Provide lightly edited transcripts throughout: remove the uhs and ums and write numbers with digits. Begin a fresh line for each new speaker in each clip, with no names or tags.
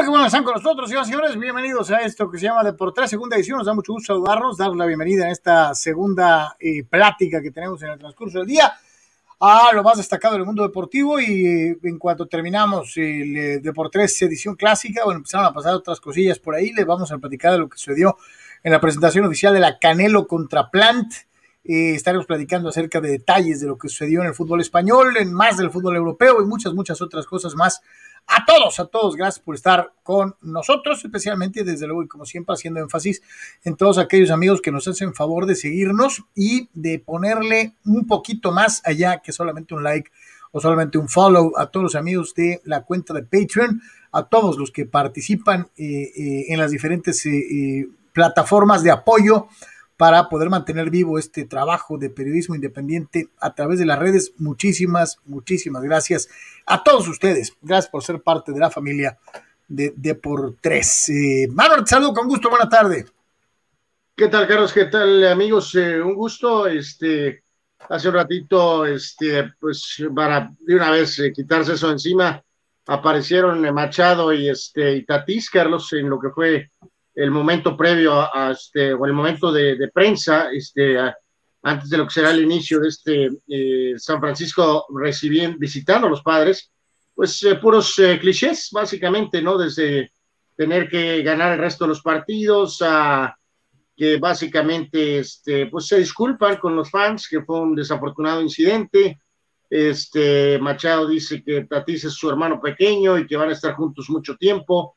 Qué bueno están con nosotros, señoras y señores. Bienvenidos a esto que se llama Deportes, segunda edición. Nos da mucho gusto saludarnos, darles la bienvenida en esta segunda plática que tenemos en el transcurso del día a lo más destacado del mundo deportivo. Y en cuanto terminamos el Deportes edición clásica, bueno, empezaron a pasar otras cosillas por ahí. Les vamos a platicar de lo que sucedió en la presentación oficial de la Canelo contra Plant. Estaremos platicando acerca de detalles de lo que sucedió en el fútbol español, en más del fútbol europeo y muchas otras cosas más. A todos, gracias por estar con nosotros, especialmente desde luego y como siempre haciendo énfasis en todos aquellos amigos que nos hacen favor de seguirnos y de ponerle un poquito más allá que solamente un like o solamente un follow, a todos los amigos de la cuenta de Patreon, a todos los que participan en las diferentes plataformas de apoyo para poder mantener vivo este trabajo de periodismo independiente a través de las redes. Muchísimas gracias a todos ustedes. Gracias por ser parte de la familia de Deportes. Manuel, te saludo con gusto. Buena tarde.
¿Qué tal, Carlos? ¿Qué tal, amigos? Un gusto. Hace un ratito, pues para de una vez quitarse eso encima, aparecieron Machado y Tatís, Carlos, en lo que fue el momento previo o el momento de prensa, antes de lo que será el inicio de San Francisco visitando a los Padres, pues puros clichés, básicamente, ¿no? Desde tener que ganar el resto de los partidos a que básicamente pues se disculpan con los fans, que fue un desafortunado incidente. Machado dice que Tatís es su hermano pequeño y que van a estar juntos mucho tiempo.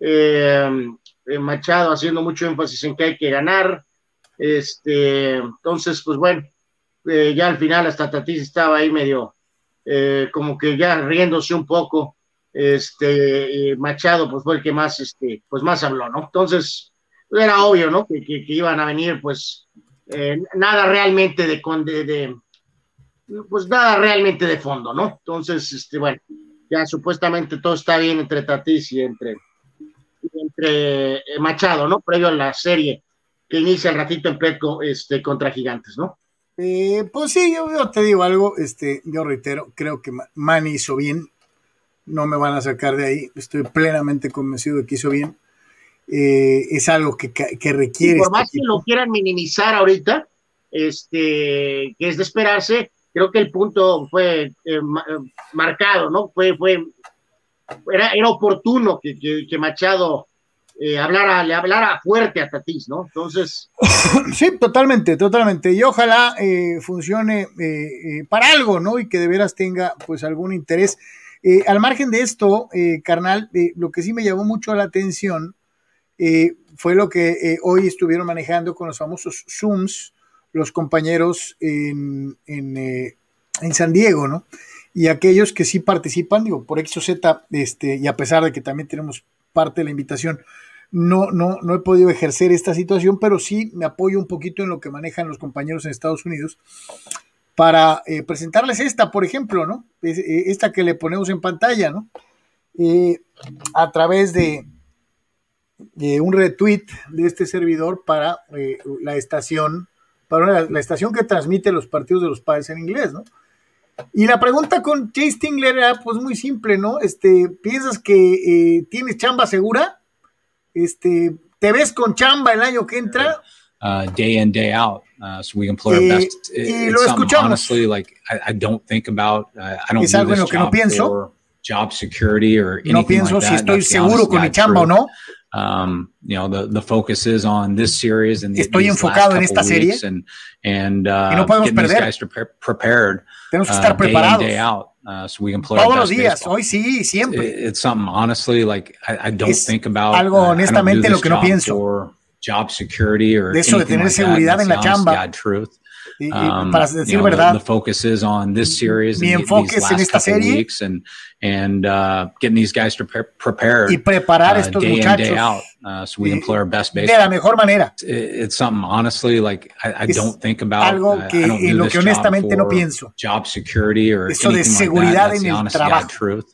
Machado haciendo mucho énfasis en que hay que ganar. Entonces, pues bueno, ya al final hasta Tatís estaba ahí medio como que ya riéndose un poco. Machado pues fue el que más pues más habló, ¿no? Entonces pues era obvio, ¿no? Que iban a venir pues nada realmente pues nada realmente de fondo, ¿no? Entonces, bueno, ya supuestamente todo está bien entre Tatís y entre Machado, ¿no? Previo a la serie que inicia el ratito en Petco contra Gigantes, ¿no?
Pues sí, yo te digo algo, yo reitero, creo que Manny hizo bien, no me van a sacar de ahí, estoy plenamente convencido de que hizo bien. Es algo que requiere.
Y por más que lo quieran minimizar ahorita, que es de esperarse, creo que el punto fue marcado, ¿no? Era oportuno que Machado le hablara fuerte a Tatís, ¿no? Entonces.
Sí, totalmente. Y ojalá funcione para algo, ¿no? Y que de veras tenga, pues, algún interés. Al margen de esto, carnal, lo que sí me llamó mucho la atención fue lo que hoy estuvieron manejando con los famosos Zooms, los compañeros en San Diego, ¿no? Y aquellos que sí participan, digo, por X o Z, y a pesar de que también tenemos parte de la invitación, no he podido ejercer esta situación, pero sí me apoyo un poquito en lo que manejan los compañeros en Estados Unidos para presentarles esta, por ejemplo, ¿no? Esta que le ponemos en pantalla, ¿no? A través de un retweet de este servidor para la estación que transmite los partidos de los Padres en inglés, ¿no? Y la pregunta con Jay Stingler era pues muy simple, ¿no? ¿Piensas que tienes chamba segura? ¿Te ves con chamba el año que entra?
Day in, day out, so we can play our best.
Y lo escuchamos.
Honestly, like I don't think about. I don't
es algo
do
en lo
this
que no
job
pienso.
for job security or anything
no pienso
like that.
Si estoy
That's
seguro con mi chamba o no.
The focus is on this series and
estoy enfocado en esta serie
and
y no podemos perder.
These guys prepared.
Tenemos que estar preparados
day in, day out, so we can play
todos
our
los
best
días,
baseball.
hoy sí, siempre.
It's something honestly like I don't think about.
Algo honestamente lo que no pienso.
For job security or
de eso de tener seguridad en la chamba. Para decir verdad,
the focus is on this series
mi enfoque es en esta serie
and getting these guys prepared
y preparar estos muchachos
day out, so we can play our best baseball.
De la mejor manera.
It's something honestly like I don't think about.
Algo que en lo que honestamente no pienso.
Job security or
eso de seguridad en el trabajo.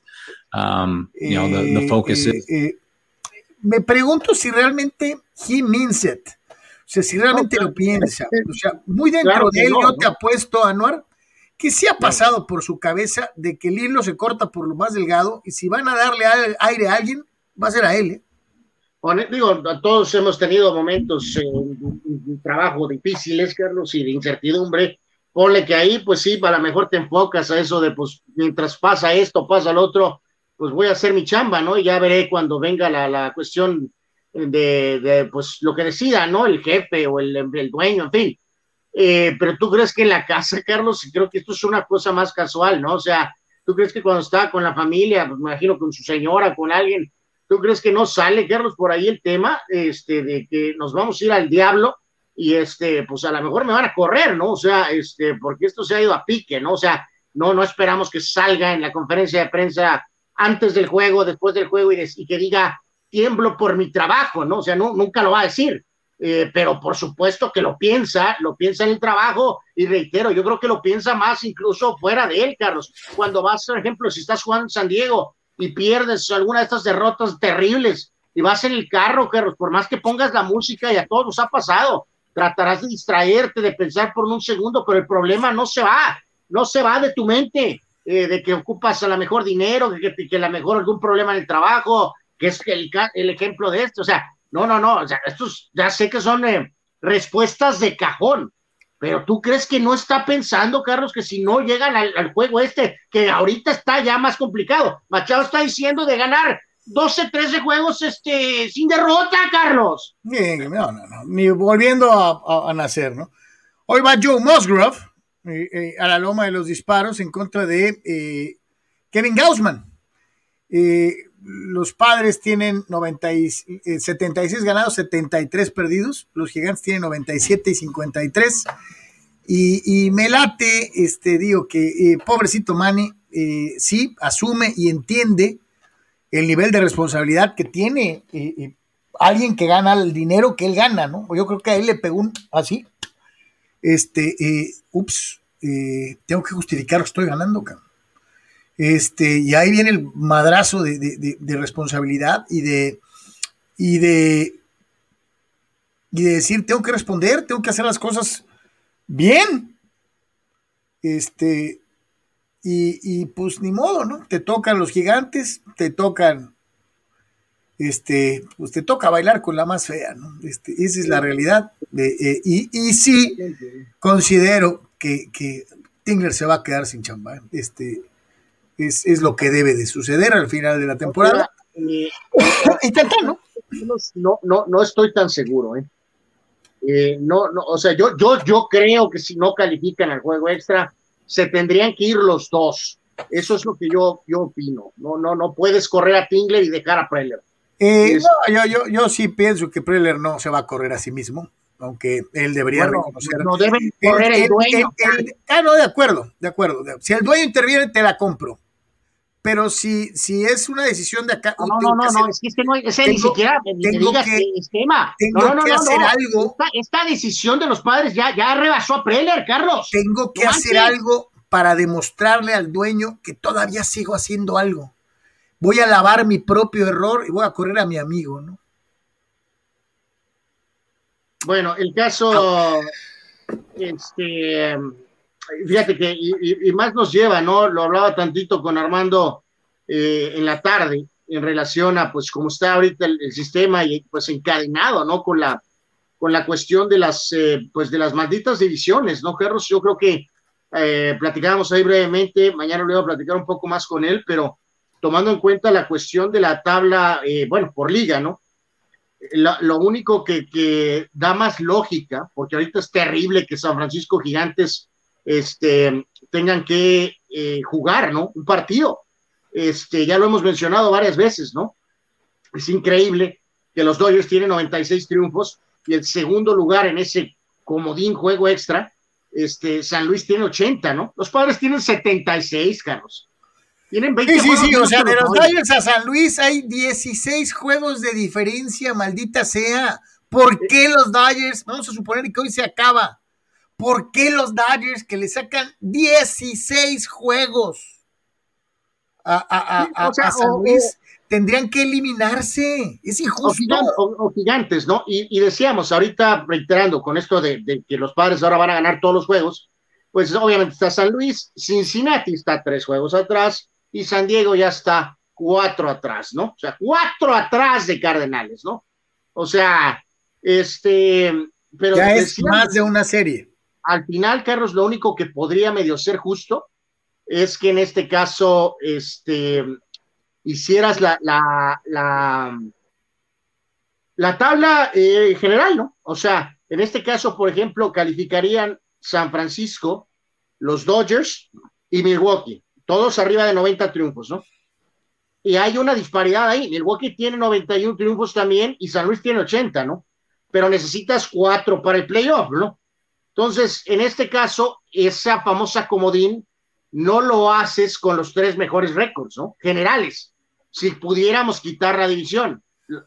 The focus is.
Me pregunto si realmente he means it. O sea, si realmente lo piensa. O sea, muy dentro de él, yo te apuesto, Anuar, que sí ha pasado por su cabeza de que el hilo se corta por lo más delgado y si van a darle aire a alguien, va a ser a él, ¿eh?
Digo, todos hemos tenido momentos en trabajo difíciles, Carlos, y de incertidumbre. Ponle que ahí, pues sí, a lo mejor te enfocas a eso de, pues, mientras pasa esto, pasa lo otro, pues voy a hacer mi chamba, ¿no? Y ya veré cuando venga la cuestión pues, lo que decida, ¿no? El jefe o el dueño, en fin. Pero tú crees que en la casa, Carlos, creo que esto es una cosa más casual, ¿no? O sea, tú crees que cuando está con la familia, pues me imagino con su señora, con alguien, ¿tú crees que no sale, Carlos, por ahí el tema de que nos vamos a ir al diablo y pues a lo mejor me van a correr, ¿no? O sea, porque esto se ha ido a pique, ¿no? O sea, no esperamos que salga en la conferencia de prensa antes del juego, después del juego y que diga, tiemblo por mi trabajo, ¿no? O sea, nunca lo va a decir. Pero por supuesto que lo piensa en el trabajo, y reitero, yo creo que lo piensa más incluso fuera de él, Carlos. Cuando vas, por ejemplo, si estás jugando en San Diego y pierdes alguna de estas derrotas terribles y vas en el carro, Carlos, por más que pongas la música, y a todos nos ha pasado, tratarás de distraerte, de pensar por un segundo, pero el problema no se va de tu mente, de que ocupas a lo mejor dinero, que a lo mejor algún problema en el trabajo, que es el ejemplo de esto. O sea, no, o sea, estos ya sé que son respuestas de cajón, pero ¿tú crees que no está pensando, Carlos, que si no llegan al juego que ahorita está ya más complicado? Machado está diciendo de ganar 12, 13 juegos sin derrota, Carlos.
No, ni volviendo a nacer, ¿no? Hoy va Joe Musgrove a la loma de los disparos en contra de Kevin Gausman. Los Padres tienen 76 ganados, 73 perdidos. Los Gigantes tienen 97 y 53. Y me late, digo que pobrecito Manny, sí, asume y entiende el nivel de responsabilidad que tiene alguien que gana el dinero que él gana, ¿no? Yo creo que a él le pegó así. Tengo que justificar que estoy ganando, cabrón. Y ahí viene el madrazo de responsabilidad y de decir, tengo que responder, tengo que hacer las cosas bien. Y pues ni modo, ¿no? Te tocan los Gigantes, te tocan, pues te toca bailar con la más fea, ¿no? Esa es la realidad. Y sí, considero que Tingler se va a quedar sin chamba. Es lo que debe de suceder al final de la temporada.
¿No? No estoy tan seguro, o sea, yo creo que si no califican al juego extra, se tendrían que ir los dos. Eso es lo que yo opino. No puedes correr a Tingler y dejar a Preller.
Yo sí pienso que Preller no se va a correr a sí mismo, aunque él debería reconocer.
No debe correr el dueño.
No, de acuerdo. Si el dueño interviene, te la compro. Pero si es una decisión de acá.
Es que no ni siquiera me digas que esquema.
Tengo que hacer algo.
Esta decisión de los Padres ya rebasó a Preller, Carlos.
Tengo que hacer algo para demostrarle al dueño que todavía sigo haciendo algo. Voy a lavar mi propio error y voy a correr a mi amigo, ¿no?
Bueno, el caso, fíjate que y más nos lleva, ¿no? Lo hablaba tantito con Armando en la tarde en relación a, pues, cómo está ahorita el sistema y, pues, encadenado, ¿no? Con la cuestión de las malditas divisiones, ¿no, Carlos? Yo creo que platicábamos ahí brevemente, mañana lo iba a platicar un poco más con él, pero tomando en cuenta la cuestión de la tabla, por liga, ¿no? Lo único que da más lógica, porque ahorita es terrible que San Francisco Gigantes tengan que jugar, ¿no? Un partido. Ya lo hemos mencionado varias veces, ¿no? Es increíble que los Dodgers tienen 96 triunfos y el segundo lugar en ese comodín juego extra, San Luis tiene 80, ¿no? Los Padres tienen 76, Carlos. Tienen 20
juegos. Sí, o sea, de los Dodgers a San Luis hay 16 juegos de diferencia, maldita sea. ¿Por qué los Dodgers? Vamos a suponer que hoy se acaba. ¿Por qué los Dodgers que le sacan 16 juegos a San Luis tendrían que eliminarse? Es injusto.
O Gigantes, ¿no? Y decíamos, ahorita reiterando con esto de que los Padres ahora van a ganar todos los juegos, pues obviamente está San Luis, Cincinnati está 3 juegos atrás y San Diego ya está 4 atrás, ¿no? O sea, 4 atrás de Cardenales, ¿no? O sea, pero
ya es más de una serie.
Al final, Carlos, lo único que podría medio ser justo es que en este caso, hicieras la tabla general, ¿no? O sea, en este caso, por ejemplo, calificarían San Francisco, los Dodgers y Milwaukee, todos arriba de 90 triunfos, ¿no? Y hay una disparidad ahí. Milwaukee tiene 91 triunfos también y San Luis tiene 80, ¿no? Pero necesitas 4 para el playoff, ¿no? Entonces, en este caso, esa famosa comodín no lo haces con los 3 mejores récords, ¿no? Generales. Si pudiéramos quitar la división.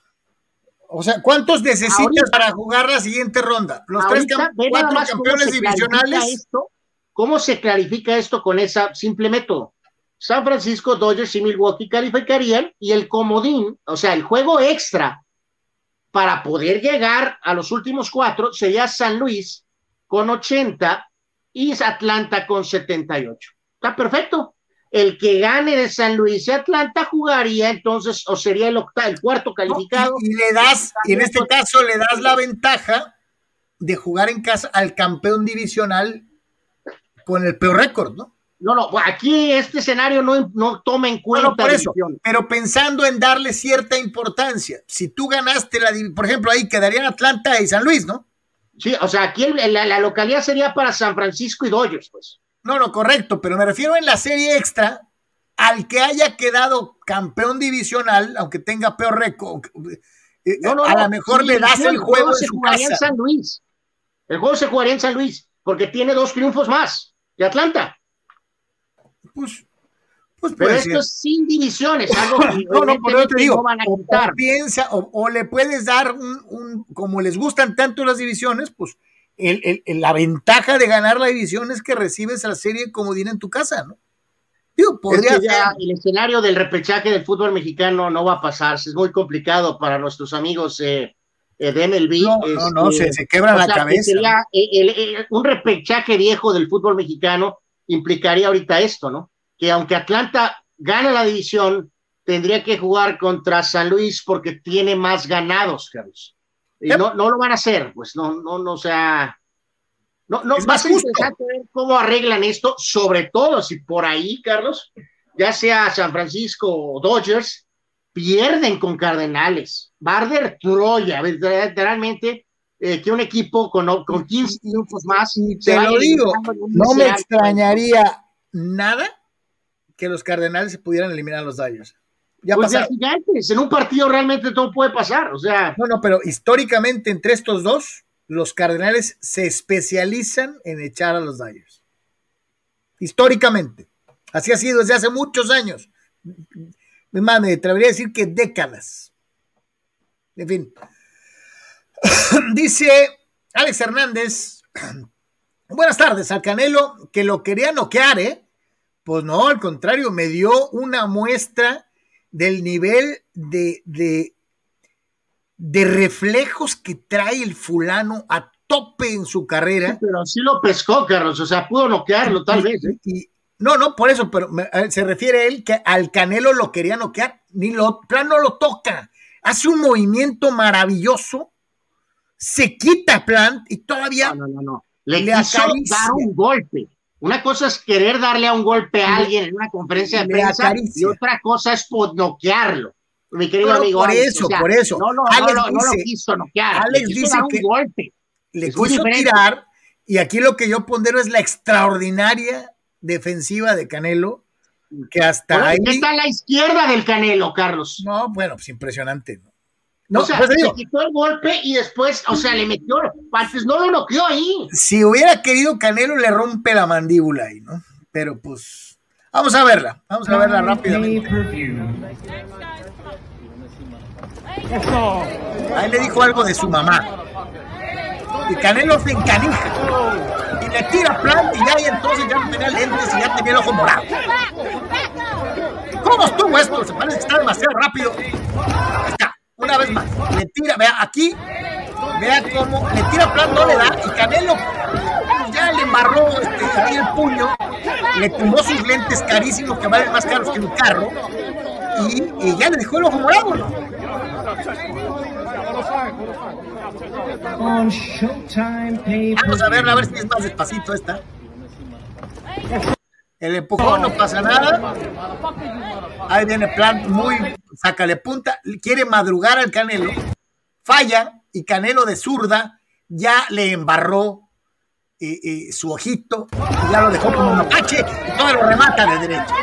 O sea, ¿cuántos necesitas ahorita, para jugar la siguiente ronda? Los ahorita, 4 campeones divisionales.
¿Cómo se clarifica esto con ese simple método? San Francisco, Dodgers y Milwaukee calificarían y el comodín, o sea, el juego extra para poder llegar a los últimos 4 sería San Luis con 80 y Atlanta con 78. Está perfecto. El que gane de San Luis y Atlanta jugaría entonces, o sería el cuarto calificado.
Y le das, y en este caso le das la ventaja de jugar en casa al campeón divisional con el peor récord, ¿no?
No, aquí este escenario no toma en cuenta.
No, por eso, pero pensando en darle cierta importancia, si tú ganaste por ejemplo, ahí quedarían Atlanta y San Luis, ¿no?
Sí, o sea, aquí la localidad sería para San Francisco y Dodgers, pues.
No, correcto, pero me refiero en la serie extra al que haya quedado campeón divisional, aunque tenga peor récord. A lo mejor le das el juego en su casa.
En San Luis. El juego se jugaría en San Luis, porque tiene 2 triunfos más de Atlanta.
Pues
pero esto es sin divisiones, algo que
por eso te digo,
no van a quitar.
O le puedes dar como les gustan tanto las divisiones, pues la ventaja de ganar la división es que recibes la serie comodín en tu casa, ¿no? Digo, podría ser.
El escenario del repechaje del fútbol mexicano no va a pasar, es muy complicado para nuestros amigos de MLB.
No, se quebra la cabeza.
Sería un repechaje viejo del fútbol mexicano implicaría ahorita esto, ¿no? Que aunque Atlanta gane la división, tendría que jugar contra San Luis porque tiene más ganados, Carlos. Y no lo van a hacer, pues o sea, no va a ser interesante ver cómo arreglan esto, sobre todo si por ahí, Carlos, ya sea San Francisco o Dodgers, pierden con Cardenales. Barder Troya, literalmente, que un equipo con 15 triunfos más.
Te lo digo, no me extrañaría nada que los Cardenales se pudieran eliminar a los Dodgers.
Ya pues ya gigantes, en un partido realmente todo puede pasar, o sea.
No, pero históricamente entre estos dos, los Cardenales se especializan en echar a los Dodgers. Históricamente. Así ha sido desde hace muchos años. Es más, me atrevería a decir que décadas. En fin. Dice Alex Hernández, buenas tardes, al Canelo que lo quería noquear, pues no, al contrario, me dio una muestra del nivel de reflejos que trae el fulano a tope en su carrera.
Sí, pero sí lo pescó, Carlos, o sea, pudo noquearlo tal vez.
No, por eso, pero se refiere a él que al Canelo lo quería noquear, no lo toca, hace un movimiento maravilloso, se quita Plant y todavía
no. Le quiso dar un golpe. Una cosa es querer darle a un golpe a alguien en una conferencia de prensa y otra cosa es noquearlo. Mi querido amigo.
Por eso.
No lo quiso noquear.
Alex dice que un golpe. Le quiso tirar y aquí lo que yo pondero es la extraordinaria defensiva de Canelo que hasta ahí.
Está a la izquierda del Canelo, Carlos.
No, bueno, pues impresionante, ¿no?
O sea, se quitó el golpe y después, o sea, le metió, antes no lo noqueó ahí.
Si hubiera querido Canelo, le rompe la mandíbula ahí, ¿no? Pero pues, vamos a verla rápidamente. Ahí le dijo algo de su mamá. Y Canelo se encanija. Y le tira Plant y entonces ya no tenía lentes y ya tenía el ojo morado. ¿Cómo estuvo esto? Se parece que está demasiado rápido. Ahí está. Una vez más, le tira, vea cómo le tira Plant, no le da, y Canelo ya le embarró aquí el puño, le tumbó sus lentes carísimos que valen más caros que mi carro y ya le dejó el ojo morado, ¿no? Vamos a ver si es más despacito esta. El empujón, no pasa nada. Ahí viene Plant, muy sácale punta, quiere madrugar al Canelo, falla y Canelo de zurda ya le embarró su ojito, y ya lo dejó como mapache y todo lo remata de derecha.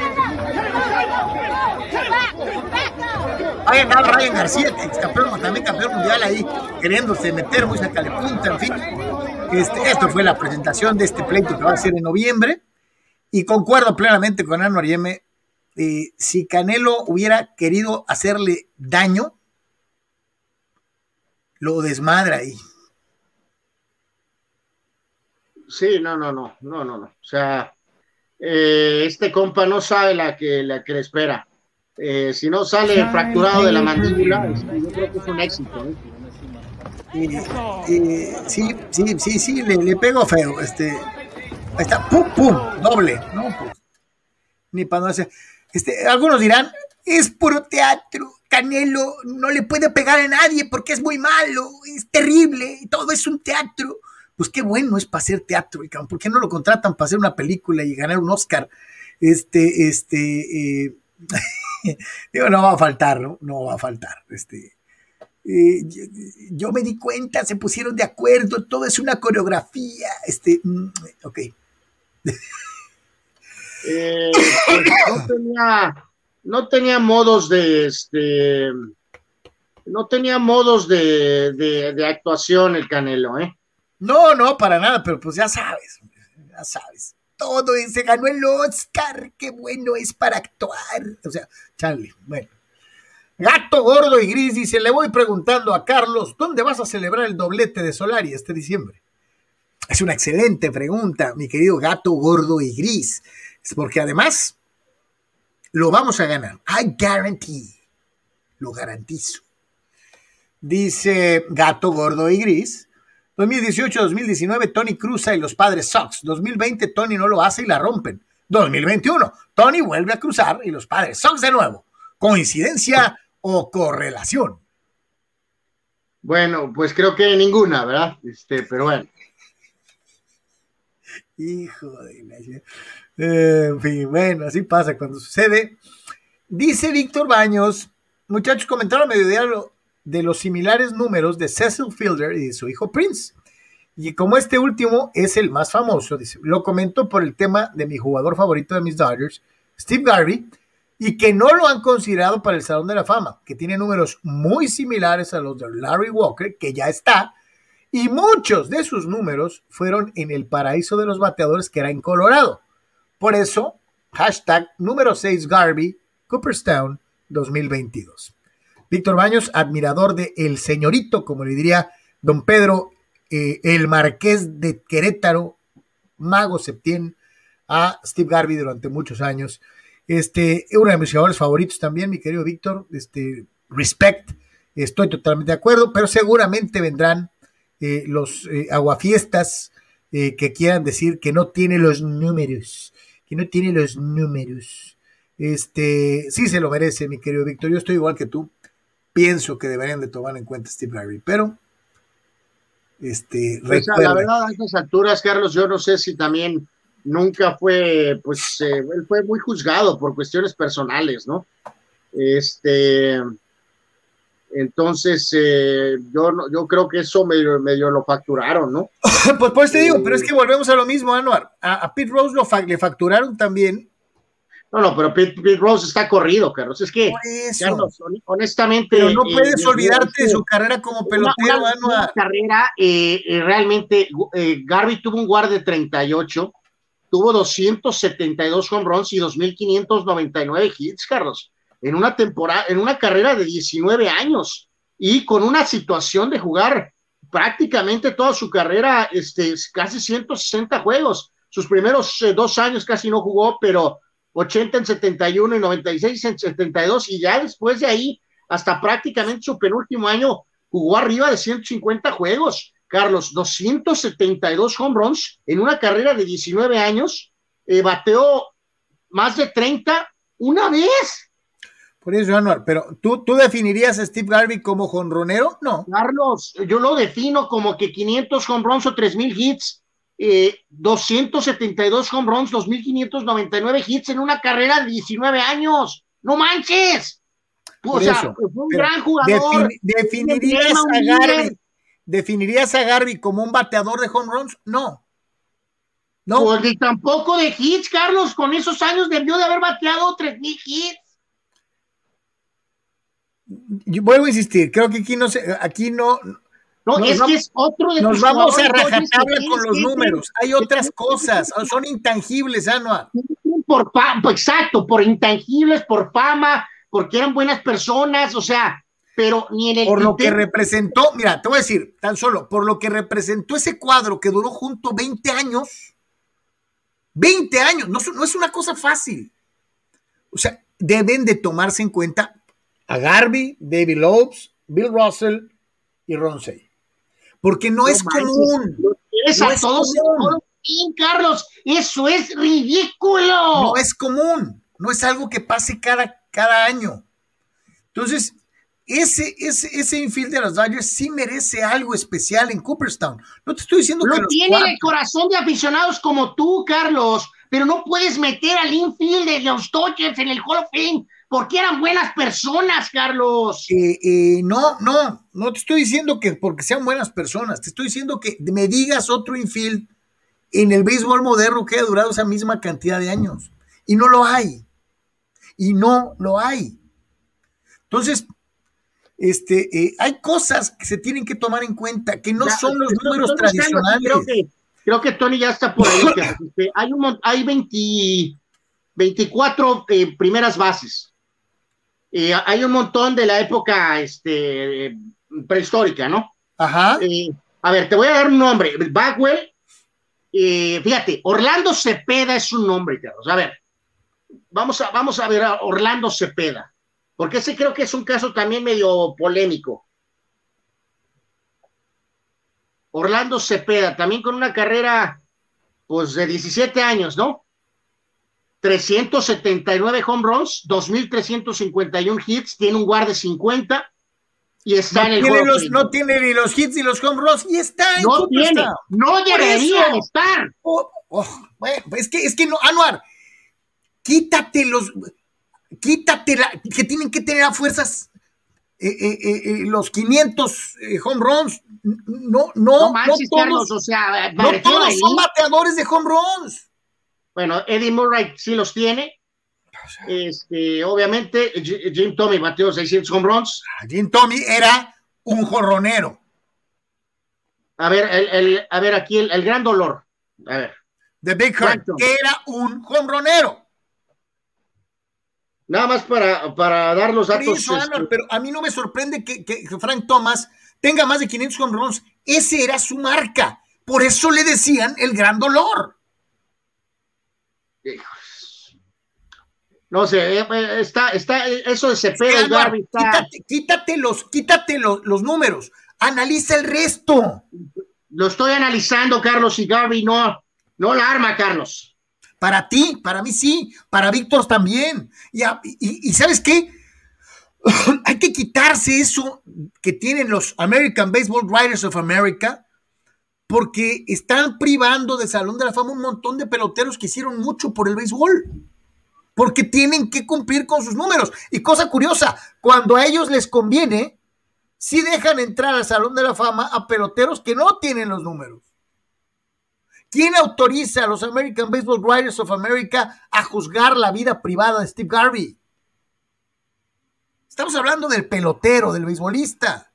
Ahí andaba Ryan García, campeón, también campeón mundial ahí, queriéndose meter muy sácale punta, en fin. Esto fue la presentación de este pleito que va a ser en noviembre, y concuerdo plenamente con Anwar Yeme. Si Canelo hubiera querido hacerle daño, lo desmadra ahí.
Sí, no. O sea, este compa no sabe la que le espera. Si no sale fracturado de la mandíbula, yo creo que es un éxito, ¿eh?
Sí, le pegó feo. Ahí está, pum, doble, ¿no? Pues, ni para no hacer. Algunos dirán, es puro teatro. Canelo no le puede pegar a nadie porque es muy malo, es terrible, todo es un teatro. Pues qué bueno es para hacer teatro, ¿por qué no lo contratan para hacer una película y ganar un Oscar? Digo, no va a faltar, ¿no? No va a faltar. Yo me di cuenta, se pusieron de acuerdo, todo es una coreografía. Ok.
No tenía modos de actuación el Canelo, ¿eh?
No, para nada, pero pues ya sabes. Todo se ganó el Oscar, qué bueno es para actuar. O sea, Charlie, bueno. Gato Gordo y Gris dice, le voy preguntando a Carlos, ¿dónde vas a celebrar el doblete de Solari este diciembre? Es una excelente pregunta, mi querido Gato Gordo y Gris, porque además lo vamos a ganar. I guarantee, lo garantizo. Dice Gato Gordo y Gris, 2018-2019 Tony cruza y los Padres Sox. 2020 Tony no lo hace y la rompen. 2021 Tony vuelve a cruzar y los Padres Sox de nuevo. ¿Coincidencia o correlación?
Bueno, pues creo que ninguna, ¿verdad? Pero bueno.
Hijo de en fin, bueno, así pasa cuando sucede. Dice Víctor Baños, muchachos, comentaron a mediodía de los similares números de Cecil Fielder y de su hijo Prince. Y como este último es el más famoso, dice, lo comento por el tema de mi jugador favorito de mis Dodgers, Steve Garvey, y que no lo han considerado para el Salón de la Fama, que tiene números muy similares a los de Larry Walker, que ya está, y muchos de sus números fueron en el paraíso de los bateadores, que era en Colorado. Por eso, hashtag número 6 Garvey, Cooperstown 2022. Víctor Baños, admirador de El Señorito, como le diría don Pedro, el Marqués de Querétaro, Mago Septién, a Steve Garvey durante muchos años. Uno de mis jugadores favoritos también, mi querido Víctor, respect, estoy totalmente de acuerdo, pero seguramente vendrán los aguafiestas que quieran decir que no tiene los números, sí se lo merece, mi querido Víctor, yo estoy igual que tú, pienso que deberían de tomar en cuenta Steve Garvey, pero
pues, la verdad, a estas alturas, Carlos, yo no sé si también nunca fue, pues, él fue muy juzgado por cuestiones personales, ¿no? Entonces, yo creo que eso medio lo facturaron, ¿no?
Pues te digo, pero es que volvemos a lo mismo, Anuar. A Pete Rose le facturaron también.
No, pero Pete Rose está corrido, Carlos. Es que, Carlos, honestamente...
Pero no puedes olvidarte de su carrera como pelotero, Anuar.
Una carrera, realmente, Garvey tuvo un WAR de 38, tuvo 272 home runs y 2.599 hits, Carlos, en una temporada, en una carrera de 19 años, y con una situación de jugar prácticamente toda su carrera, casi 160 juegos. Sus primeros 2 años casi no jugó, pero 80 en 71 y 96 en 72, y ya después de ahí, hasta prácticamente su penúltimo año, jugó arriba de 150 juegos. Carlos, 272 home runs en una carrera de 19 años, bateó más de 30 una vez.
Por eso, Anuar, pero ¿tú definirías a Steve Garvey como jonronero? No.
Carlos, yo lo defino como que 500 home runs o 3,000 hits, 272 home runs, 2,599 hits en una carrera de 19 años. ¡No manches! O sea, fue un gran jugador.
¿Definirías a Garvey como un bateador de home runs? No. No.
Pues ni tampoco de hits, Carlos. Con esos años debió de haber bateado 3,000 hits.
Yo vuelvo a insistir, creo que aquí no.
No, es que es otro de
nos vamos a rajatabla con los números. Hay otras cosas, son intangibles, Anuar.
Exacto, por intangibles, por fama, porque eran buenas personas, o sea, pero ni en el.
Por lo que representó, mira, te voy a decir, tan solo, por lo que representó ese cuadro que duró junto 20 años. 20 años, no es una cosa fácil. O sea, deben de tomarse en cuenta a Garvey, David Lopes, Bill Russell y Ron Cey. Porque no es común.
No es común. Carlos, eso es ridículo.
No es común. No es algo que pase cada año. Entonces, ese infield de los Dodgers sí merece algo especial en Cooperstown. No te estoy diciendo que
los tienen el corazón de aficionados como tú, Carlos, pero no puedes meter al infield de los Dodgers en el Hall of Fame porque eran buenas personas, Carlos.
No te estoy diciendo que porque sean buenas personas, te estoy diciendo que me digas otro infield en el béisbol moderno que haya durado esa misma cantidad de años. Y no lo hay. Entonces, hay cosas que se tienen que tomar en cuenta, que no son los números tradicionales.
Creo que Tony ya está por ahí. Hay 24 primeras bases. Hay un montón de la época prehistórica, ¿no?
Ajá.
A ver, te voy a dar un nombre. Bagwell, fíjate, Orlando Cepeda es un nombre, Carlos. A ver, vamos a ver a Orlando Cepeda, porque ese creo que es un caso también medio polémico. Orlando Cepeda, también con una carrera, pues, de 17 años, ¿no? 379 home runs, 2,351 hits, tiene un WAR de 50 y está en el juego.
No tiene ni los hits ni los home runs y está en
Cooperstown. No debería de estar.
Bueno, es que no, Anuar, que tienen que tener a fuerzas los 500 home runs. No
manches, Carlos, o sea,
no todos son bateadores de home runs.
Bueno, Eddie Murray sí los tiene. Obviamente, Jim Thome bateó 600 home runs.
Jim Thome era un jonronero.
A ver, aquí el gran dolor. A ver.
The Big Hurt era un jonronero.
Nada más para dar los datos.
Pero a mí no me sorprende que Frank Thomas tenga más de 500 home runs. Ese era su marca. Por eso le decían el gran dolor.
No sé, está eso de Cepeda y Garvey está.
Quítate los números, analiza el resto.
Lo estoy analizando, Carlos, y Garvey no la arma, Carlos.
Para ti, para mí sí, para Víctor también. Y ¿sabes qué? Hay que quitarse eso que tienen los American Baseball Writers of America, porque están privando de Salón de la Fama un montón de peloteros que hicieron mucho por el béisbol, porque tienen que cumplir con sus números. Y cosa curiosa, cuando a ellos les conviene, sí dejan entrar al Salón de la Fama a peloteros que no tienen los números. ¿Quién autoriza a los American Baseball Writers of America a juzgar la vida privada de Steve Garvey? Estamos hablando del pelotero, del beisbolista.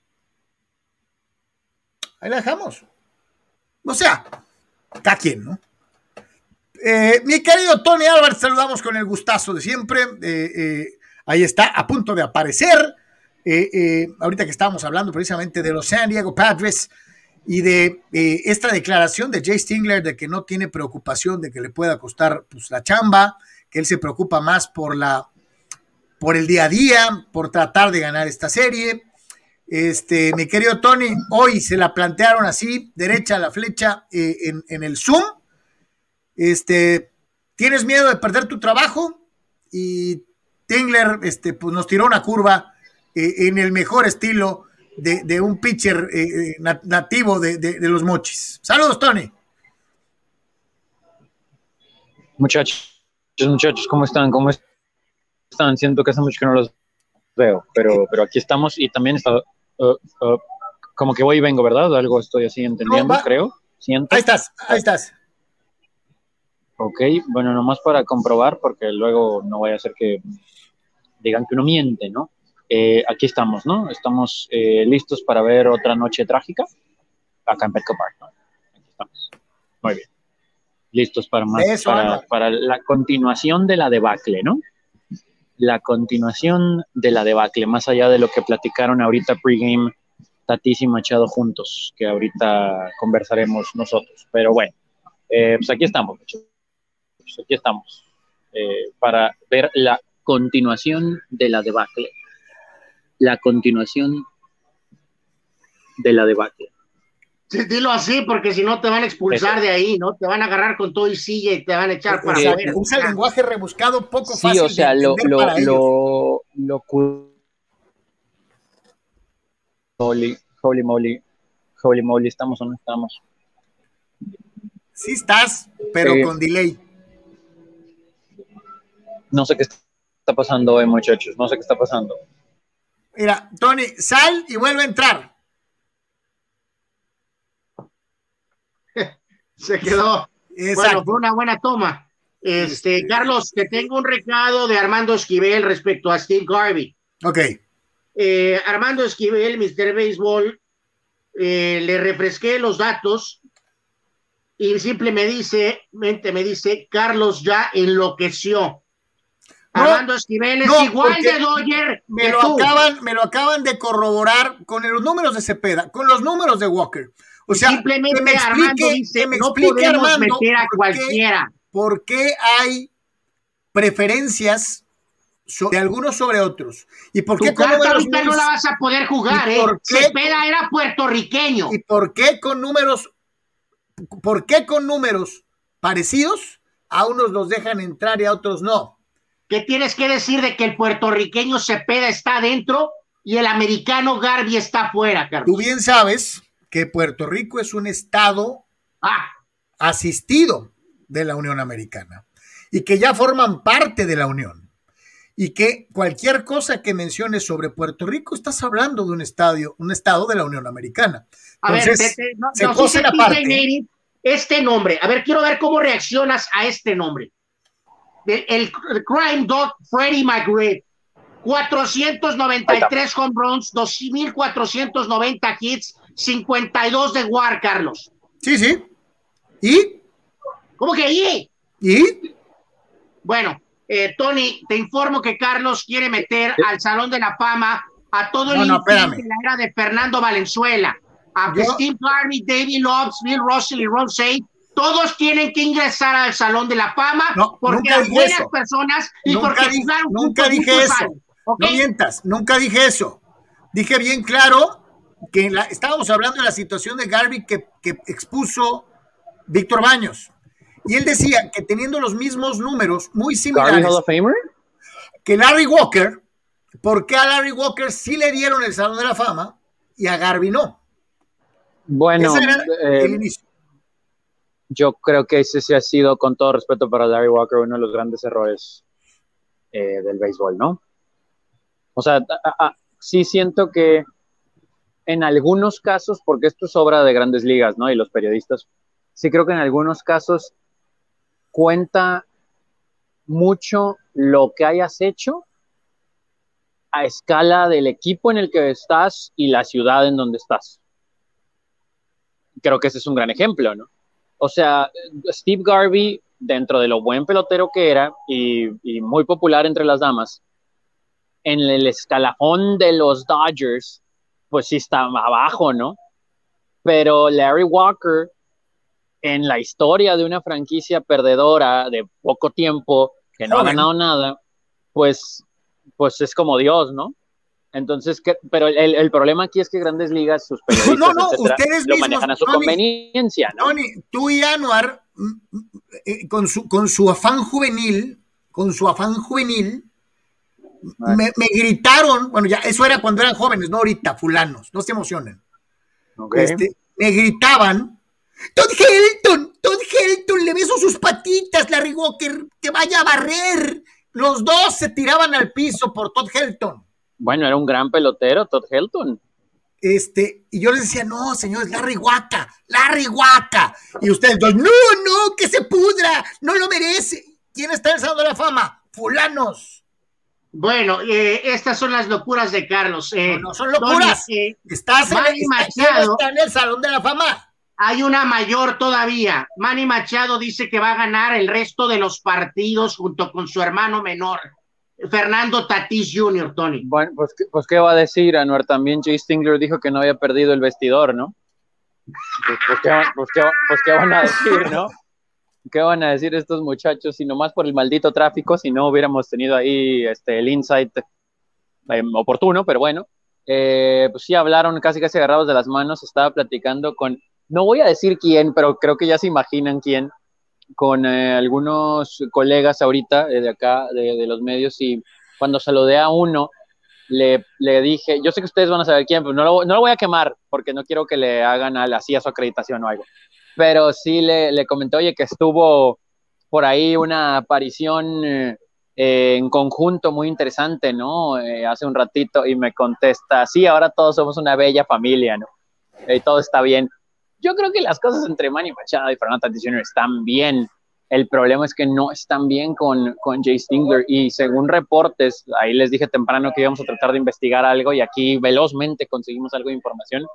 Ahí la dejamos. O sea, cada quien, ¿no? Mi querido Tony Álvarez, saludamos con el gustazo de siempre. Ahí está, a punto de aparecer. Ahorita que estábamos hablando precisamente de los San Diego Padres y de esta declaración de Jay Stingler de que no tiene preocupación de que le pueda costar pues, la chamba, que él se preocupa más por el día a día, por tratar de ganar esta serie. Mi querido Tony, hoy se la plantearon así, derecha a la flecha en el Zoom. tienes miedo de perder tu trabajo y Tingler pues nos tiró una curva en el mejor estilo de un pitcher nativo de los Mochis. Saludos, Tony.
Muchachos, ¿cómo están? ¿Cómo están? Siento que hace mucho que no los veo, pero aquí estamos y también está, como que voy y vengo, ¿verdad? Algo estoy así entendiendo, creo. Siento.
Ahí estás.
Ok, bueno, nomás para comprobar, porque luego no vaya a ser que digan que uno miente, ¿no? Aquí estamos, ¿no? Estamos listos para ver otra noche trágica acá en Petco Park, ¿no? Aquí estamos. Muy bien. Listos para más, para la continuación de la debacle, ¿no? La continuación de la debacle, más allá de lo que platicaron ahorita pregame Tatis y Machado juntos, que ahorita conversaremos nosotros. Pero bueno, pues aquí estamos, muchachos. Aquí estamos para ver la continuación de la debacle. La continuación de la debacle.
Sí, dilo así, porque si no te van a expulsar de ahí, ¿no? Te van a agarrar con todo y silla y te van a echar para afuera.
Usa el lenguaje rebuscado poco fácil.
Sí, o sea, holy moly, ¿estamos o no estamos?
Sí estás, pero con delay.
No sé qué está pasando hoy, muchachos, no sé qué está pasando.
Mira, Tony, sal y vuelve a entrar.
Se quedó.
Exacto.
Bueno, fue una buena toma. Carlos, te tengo un recado de Armando Esquivel respecto a Steve Garvey.
Ok.
Armando Esquivel, Mr. Baseball, le refresqué los datos y simplemente me dice, Carlos ya enloqueció. Armando Esquivel es igual de Dodger
me lo acaban de corroborar con los números de Cepeda, con los números de Walker. O sea,
simplemente Armando dice, no podemos meter a cualquiera.
¿Por qué hay preferencias de algunos sobre otros? ¿Y por qué
tu carta ahorita no la vas a poder jugar, Cepeda era puertorriqueño.
¿Y por qué con números parecidos a unos los dejan entrar y a otros no?
¿Qué tienes que decir de que el puertorriqueño Cepeda está dentro y el americano Garvey está afuera, Carlos?
Tú bien sabes que Puerto Rico es un estado asistido de la Unión Americana y que ya forman parte de la Unión y que cualquier cosa que menciones sobre Puerto Rico estás hablando de un estado de la Unión Americana. Entonces,
se cosen aparte. Este nombre, a ver, quiero ver cómo reaccionas a este nombre. El Crime Dog Freddie McGriff, 493 home runs, 2,490 hits, 52 de WAR, Carlos.
Sí. ¿Y?
¿Cómo que y?
¿Y?
Bueno, Tony, te informo que Carlos quiere meter al Salón de la Fama a todo el infiel de la era de Fernando Valenzuela, a Steve Garvey, David Lobbs, Bill Russell y Ron Cey. Todos tienen que ingresar al Salón de la Fama porque eran buenas personas y porque jugaron.
Nunca dije eso. ¿Okay? No mientas, nunca dije eso. Dije bien claro que estábamos hablando de la situación de Garvey que expuso Víctor Baños. Y él decía que teniendo los mismos números muy similares que Larry Walker, ¿por qué a Larry Walker sí le dieron el Salón de la Fama y a Garvey no?
Bueno,
ese era el inicio.
Yo creo que ese sí ha sido, con todo respeto para Larry Walker, uno de los grandes errores del béisbol, ¿no? O sea, sí siento que en algunos casos, porque esto es obra de Grandes Ligas, ¿no? Y los periodistas, sí creo que en algunos casos cuenta mucho lo que hayas hecho a escala del equipo en el que estás y la ciudad en donde estás. Creo que ese es un gran ejemplo, ¿no? O sea, Steve Garvey, dentro de lo buen pelotero que era y muy popular entre las damas, en el escalafón de los Dodgers, pues sí está abajo, ¿no? Pero Larry Walker, en la historia de una franquicia perdedora de poco tiempo, que no ha ganado nada, pues es como Dios, ¿no? Entonces, pero el problema aquí es que Grandes Ligas, sus periodistas, etcétera,
ustedes
lo
mismos,
manejan a su conveniencia, ¿no?
Tony, tú y Anuar con su afán juvenil, me gritaron, bueno, ya eso era cuando eran jóvenes, no ahorita, fulanos, no se emocionen.
Okay.
Me gritaban, Todd Helton, le beso sus patitas, Larry Walker, que vaya a barrer. Los dos se tiraban al piso por Todd Helton.
Bueno, era un gran pelotero, Todd Helton.
Y yo les decía, no, señores, Larry Waka. Y ustedes, no, que se pudra, no lo merece. ¿Quién está en el Salón de la Fama? Fulanos.
Bueno, estas son las locuras de Carlos.
No son locuras. Está en el Salón de la Fama.
Hay una mayor todavía. Manny Machado dice que va a ganar el resto de los partidos junto con su hermano menor, Fernando Tatís Jr., Tony.
Bueno, pues ¿qué va a decir, Anuar? También Jay Stingler dijo que no había perdido el vestidor, ¿no? ¿Qué van a decir, no? ¿Qué van a decir estos muchachos? Si nomás por el maldito tráfico, si no hubiéramos tenido ahí el insight oportuno, pero bueno. Pues sí, hablaron casi agarrados de las manos. Estaba platicando con, no voy a decir quién, pero creo que ya se imaginan quién, con algunos colegas ahorita de acá, de los medios, y cuando saludé a uno, le dije, yo sé que ustedes van a saber quién, pero no lo voy a quemar, porque no quiero que le hagan así a su acreditación o algo, pero sí le comenté, oye, que estuvo por ahí una aparición en conjunto muy interesante, ¿no? Hace un ratito, y me contesta, sí, ahora todos somos una bella familia, ¿no? Todo está bien. Yo creo que las cosas entre Manny Machado y Fernando Tatis Jr. están bien. El problema es que no están bien con Jay Stingler, y según reportes, ahí les dije temprano que íbamos a tratar de investigar algo, y aquí velozmente conseguimos algo de información.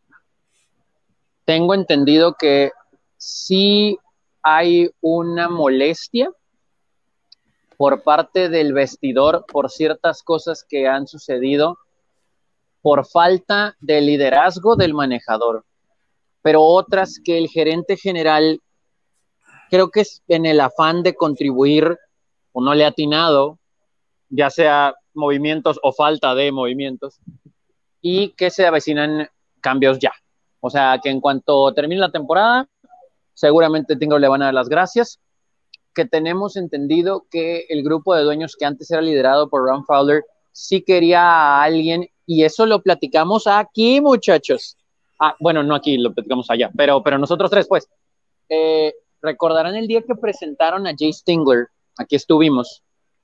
Tengo entendido que sí hay una molestia por parte del vestidor por ciertas cosas que han sucedido por falta de liderazgo del manejador, pero otras que el gerente general, creo que es en el afán de contribuir, o no le ha atinado, ya sea movimientos o falta de movimientos, y que se avecinan cambios ya. O sea, que en cuanto termine la temporada, seguramente Tingler le van a dar las gracias, que tenemos entendido que el grupo de dueños que antes era liderado por Ron Fowler sí quería a alguien, y eso lo platicamos aquí, muchachos. Bueno, no aquí, lo platicamos allá, pero nosotros tres, pues. Recordarán el día que presentaron a Jay Stingler, aquí estuvimos,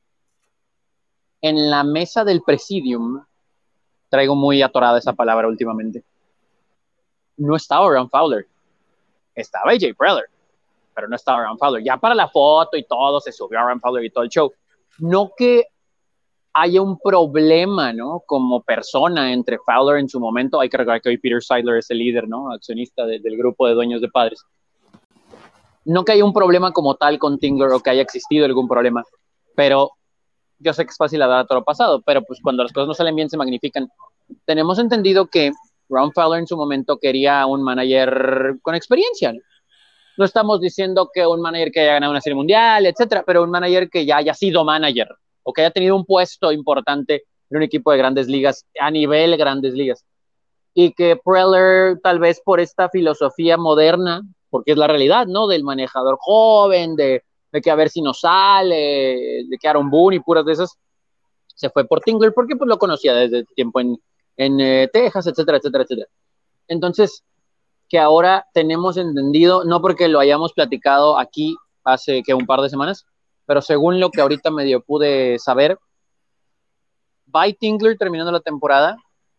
en la mesa del Presidium, traigo muy atorada esa palabra últimamente, no estaba Ron Fowler, estaba AJ Preller, pero no estaba Ron Fowler. Ya para la foto y todo, se subió a Ron Fowler y todo el show. No que haya un problema, ¿no? Como persona entre Fowler en su momento. Hay que recordar que hoy Peter Seidler es el líder, ¿no? Accionista del grupo de dueños de Padres. No que haya un problema como tal con Tingler, o que haya existido algún problema, pero yo sé que es fácil hablar a todo lo pasado, pero pues cuando las cosas no salen bien se magnifican. Tenemos entendido que Ron Fowler en su momento quería un manager con experiencia, ¿no? No estamos diciendo que un manager que haya ganado una serie mundial, etcétera, pero un manager que ya haya sido manager, o que haya tenido un puesto importante en un equipo de grandes ligas, a nivel grandes ligas. Y que Preller, tal vez por esta filosofía moderna, porque es la realidad, ¿no? Del manejador joven, de que a ver si nos sale, de que Aaron Boone y puras de esas, se fue por Tingler, porque pues lo conocía desde tiempo en Texas, etcétera, etcétera, etcétera. Entonces, que ahora tenemos entendido, no porque lo hayamos platicado aquí hace que un par de semanas, pero según lo que ahorita medio pude saber, by Tingler terminando la temporada,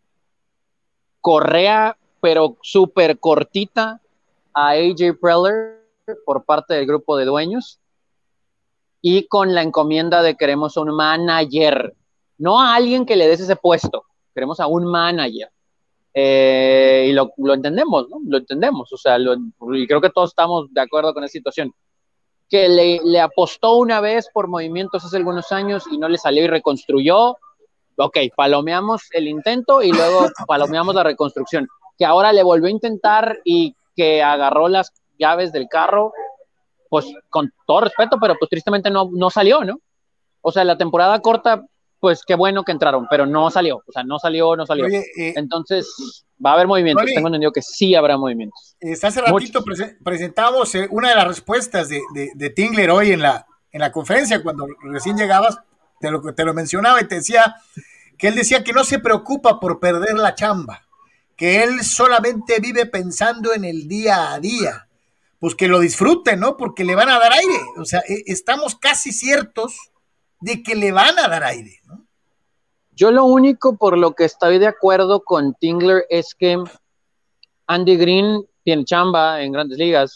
correa, pero súper cortita, a AJ Preller por parte del grupo de dueños, y con la encomienda de queremos un manager, no a alguien que le des ese puesto, queremos a un manager. Y lo entendemos, ¿no? Lo entendemos, o sea, y creo que todos estamos de acuerdo con esa situación. Que le apostó una vez por movimientos hace algunos años y no le salió y reconstruyó. Ok, palomeamos el intento y luego palomeamos la reconstrucción. Que ahora le volvió a intentar y que agarró las llaves del carro, pues con todo respeto, pero pues tristemente no salió, ¿no? O sea, la temporada corta pues qué bueno que entraron, pero no salió. O sea, no salió.
Oye,
Entonces, va a haber movimientos.
Tony,
Tengo entendido que sí habrá movimientos.
hace ratito presentamos una de las respuestas de Tingler hoy en la conferencia, cuando recién llegabas, te lo mencionaba y te decía que él decía que no se preocupa por perder la chamba, que él solamente vive pensando en el día a día, pues que lo disfruten, ¿no? Porque le van a dar aire, o sea, estamos casi ciertos de que le van a dar aire, ¿no?
Yo lo único por lo que estoy de acuerdo con Tingler es que Andy Green tiene chamba en Grandes Ligas.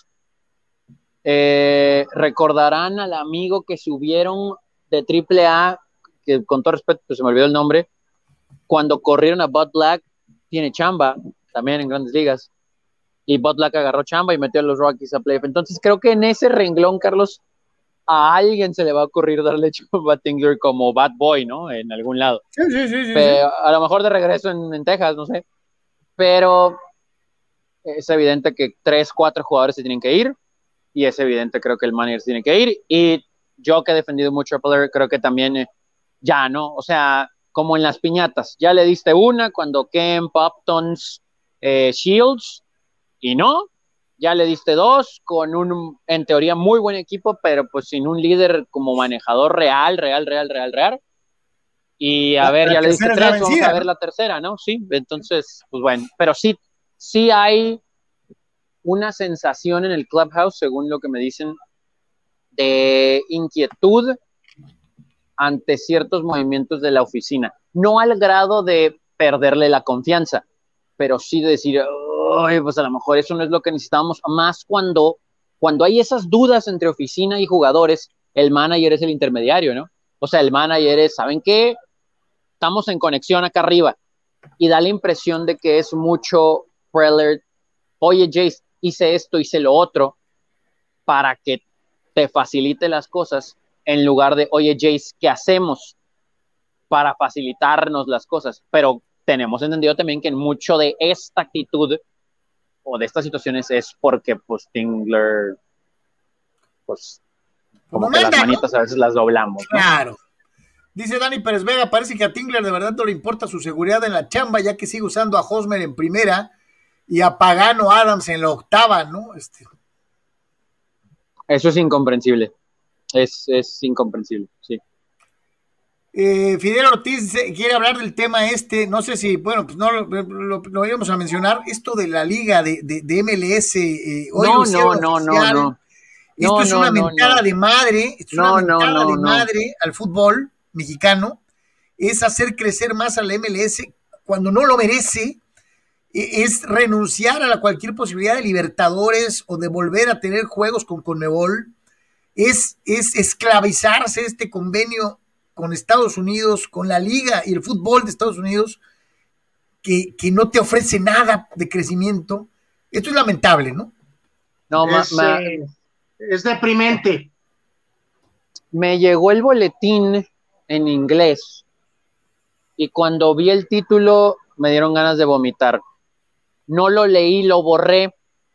Recordarán al amigo que subieron de AAA, que con todo respeto pues se me olvidó el nombre, cuando corrieron a Bud Black, tiene chamba también en Grandes Ligas, y Bud Black agarró chamba y metió a los Rockies a playoff. Entonces creo que en ese renglón, Carlos, a alguien se le va a ocurrir darle chamba a Tingler como bad boy, ¿no? En algún lado.
Sí.
Pero, a lo mejor de regreso en Texas, no sé. Pero es evidente que 3, 4 jugadores se tienen que ir, y es evidente, creo que el manager se tiene que ir, y yo que he defendido mucho a Preller, creo que también ya, ¿no? O sea, como en las piñatas, ya le diste una cuando Kemp, Uptons, Shields, y no, ya le diste 2 con un, en teoría, muy buen equipo, pero pues sin un líder como manejador real, y a ver, ya le diste 3, vamos a ver la tercera, ¿no? Sí, entonces, pues bueno, pero sí hay una sensación en el clubhouse, según lo que me dicen, de inquietud ante ciertos movimientos de la oficina. No al grado de perderle la confianza, pero sí de decir, pues a lo mejor eso no es lo que necesitamos, más cuando hay esas dudas entre oficina y jugadores, el manager es el intermediario, ¿no? O sea, el manager es, ¿saben qué? Estamos en conexión acá arriba, y da la impresión de que es mucho Preller, oye Jace, hice esto, hice lo otro, para que te facilite las cosas, en lugar de, oye Jace, ¿qué hacemos para facilitarnos las cosas? Pero tenemos entendido también que mucho de esta actitud o de estas situaciones es porque pues Tingler, pues como que las manitas, ¿no? A veces las doblamos, ¿no?
Claro. Dice Dani Pérez Vega, parece que a Tingler de verdad no le importa su seguridad en la chamba, ya que sigue usando a Hosmer en primera y a Pagano Adams en la octava, ¿no?
Eso es incomprensible. Es incomprensible, sí.
Fidel Ortiz quiere hablar del tema no sé si, bueno, pues no lo íbamos a mencionar, esto de la liga de MLS.
No.
Esto es una mentada de madre, madre al fútbol mexicano, es hacer crecer más a la MLS cuando no lo merece, es renunciar a cualquier posibilidad de Libertadores o de volver a tener juegos con Conmebol, es esclavizarse este convenio con Estados Unidos, con la liga y el fútbol de Estados Unidos, que no te ofrece nada de crecimiento. Esto es lamentable, ¿no?
No, es deprimente.
Me llegó el boletín en inglés y cuando vi el título me dieron ganas de vomitar. No lo leí, lo borré.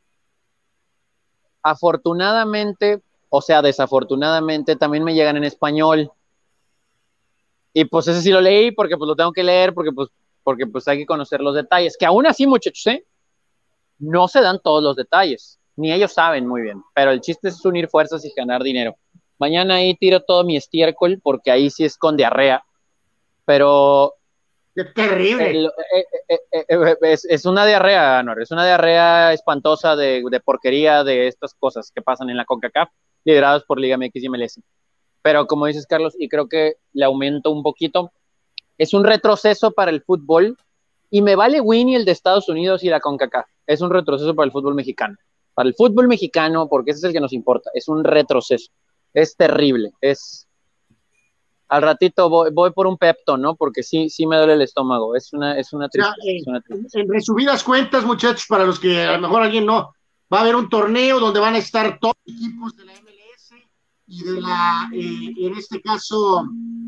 Afortunadamente, o sea, desafortunadamente, también me llegan en español. Y pues ese sí lo leí porque pues lo tengo que leer, porque pues hay que conocer los detalles. Que aún así, muchachos, no se dan todos los detalles. Ni ellos saben muy bien. Pero el chiste es unir fuerzas y ganar dinero. Mañana ahí tiro todo mi estiércol, porque ahí sí es con diarrea. Pero...
¡Qué terrible!
Es una diarrea, Anor. Es una diarrea espantosa de porquería de estas cosas que pasan en la CONCACAF, liderados por Liga MX y MLS. Pero como dices, Carlos, y creo que le aumento un poquito, es un retroceso para el fútbol, y me vale Winnie el de Estados Unidos y la CONCACAF. Es un retroceso para el fútbol mexicano. Para el fútbol mexicano, porque ese es el que nos importa, es un retroceso. Es terrible. Al ratito voy por un Pepto, ¿no? Porque sí me duele el estómago. Es una tristeza.
En resumidas cuentas, muchachos, para los que a lo mejor alguien no, va a haber un torneo donde van a estar todos los equipos de la MLS y de la, en este caso,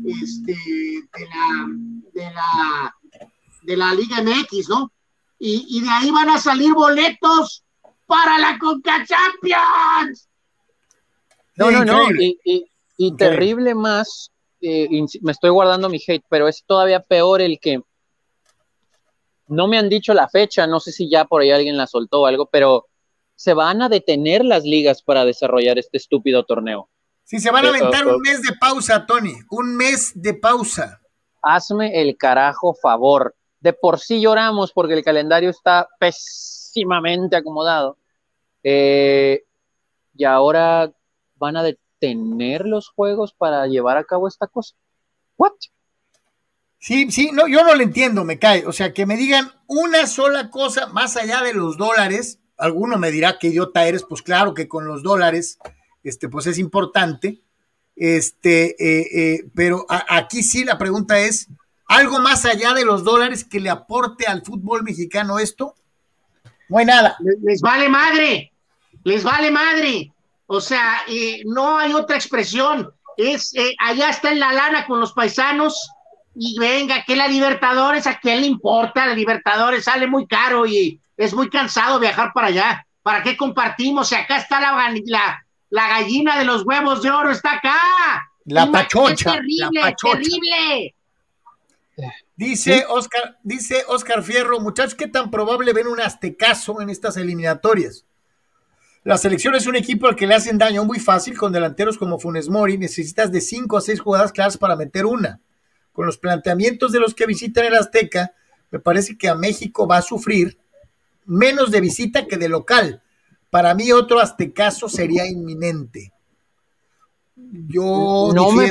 de la Liga MX, ¿no? Y de ahí van a salir boletos para la Conca Champions.
No. Y terrible más, me estoy guardando mi hate, pero es todavía peor el que no me han dicho la fecha, no sé si ya por ahí alguien la soltó o algo, pero se van a detener las ligas para desarrollar este estúpido torneo.
Sí, se van a aventar un mes de pausa, Tony, un mes de pausa.
Hazme el carajo favor. De por sí lloramos porque el calendario está pésimamente acomodado. Y ahora van a detener los juegos para llevar a cabo esta cosa. ¿What?
Sí, no, yo no lo entiendo, me cae. O sea, que me digan una sola cosa más allá de los dólares. Alguno me dirá que idiota eres, pues claro que con los dólares, pues es importante. Pero aquí sí la pregunta es, ¿algo más allá de los dólares que le aporte al fútbol mexicano esto? No hay nada.
Les vale madre. O sea, no hay otra expresión. Allá está en la lana con los paisanos y venga, que la Libertadores, ¿a quién le importa? La Libertadores sale muy caro y es muy cansado viajar para allá. ¿Para qué compartimos? Si acá está la gallina de los huevos de oro, está acá.
La pachocha.
Terrible.
Dice Oscar Fierro, muchachos, ¿qué tan probable ven un aztecaso en estas eliminatorias? La selección es un equipo al que le hacen daño muy fácil con delanteros como Funes Mori. Necesitas de 5 a 6 jugadas claras para meter una. Con los planteamientos de los que visitan el Azteca, me parece que a México va a sufrir menos de visita que de local. Para mí otro aztecaso sería inminente.
No me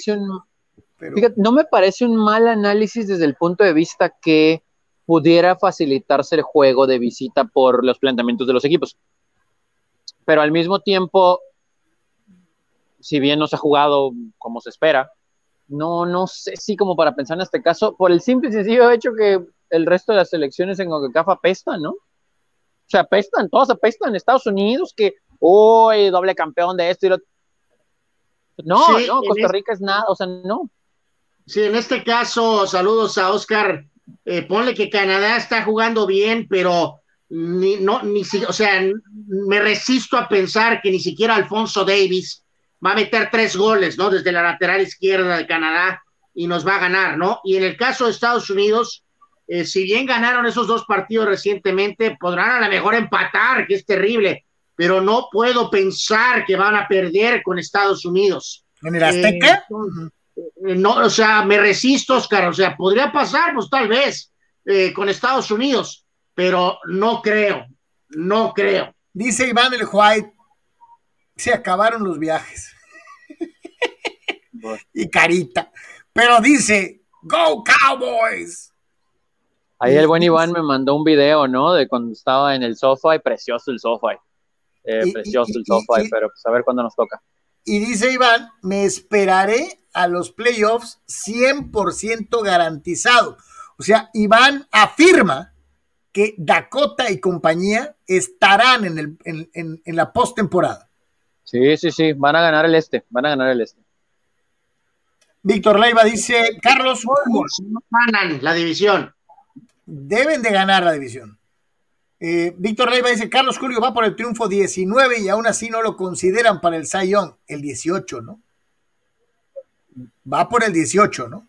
parece un mal análisis desde el punto de vista que pudiera facilitarse el juego de visita por los planteamientos de los equipos. Pero al mismo tiempo, si bien no se ha jugado como se espera, no sé si como para pensar en este caso, por el simple y sencillo hecho que el resto de las selecciones en CONCACAF apestan, ¿no? O sea, apestan, todas apestan. Estados Unidos, que, doble campeón de esto y lo... No, Costa Rica es nada, o sea, no.
Sí, en este caso, saludos a Oscar, ponle que Canadá está jugando bien, pero o sea, me resisto a pensar que ni siquiera Alfonso Davis va a meter 3 goles, ¿no? Desde la lateral izquierda de Canadá y nos va a ganar, ¿no? Y en el caso de Estados Unidos, si bien ganaron esos 2 partidos recientemente, podrán a lo mejor empatar, que es terrible, pero no puedo pensar que van a perder con Estados Unidos.
¿En el Azteca?
No, o sea, me resisto, Oscar, o sea, podría pasar, pues tal vez, con Estados Unidos, pero no creo.
Dice Iván el White, se acabaron los viajes. Y carita. Pero dice, ¡Go Cowboys!
Ahí el buen Iván me mandó un video, ¿no? De cuando estaba en el SoFi, precioso el SoFi. Precioso el SoFi, pero pues a ver cuándo nos toca.
Y dice Iván, me esperaré a los playoffs 100% garantizado. O sea, Iván afirma que Dakota y compañía estarán en la postemporada.
Sí, van a ganar el este.
Víctor Leiva dice, Carlos,
no ganan la división.
Deben de ganar la división. Víctor Leiva dice, Carlos Julio va por el triunfo 19 y aún así no lo consideran para el Cy Young, el 18, ¿no? Va por el 18, ¿no?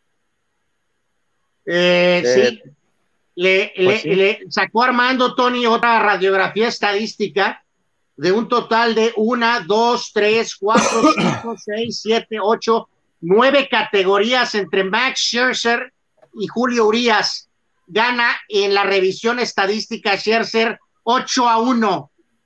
Sí. Le sacó Armando Tony otra radiografía estadística de un total de 1, 2, 3, 4, 5, 6, 7, 8, 9 categorías entre Max Scherzer y Julio Urías. Gana en la revisión estadística Scherzer 8-1.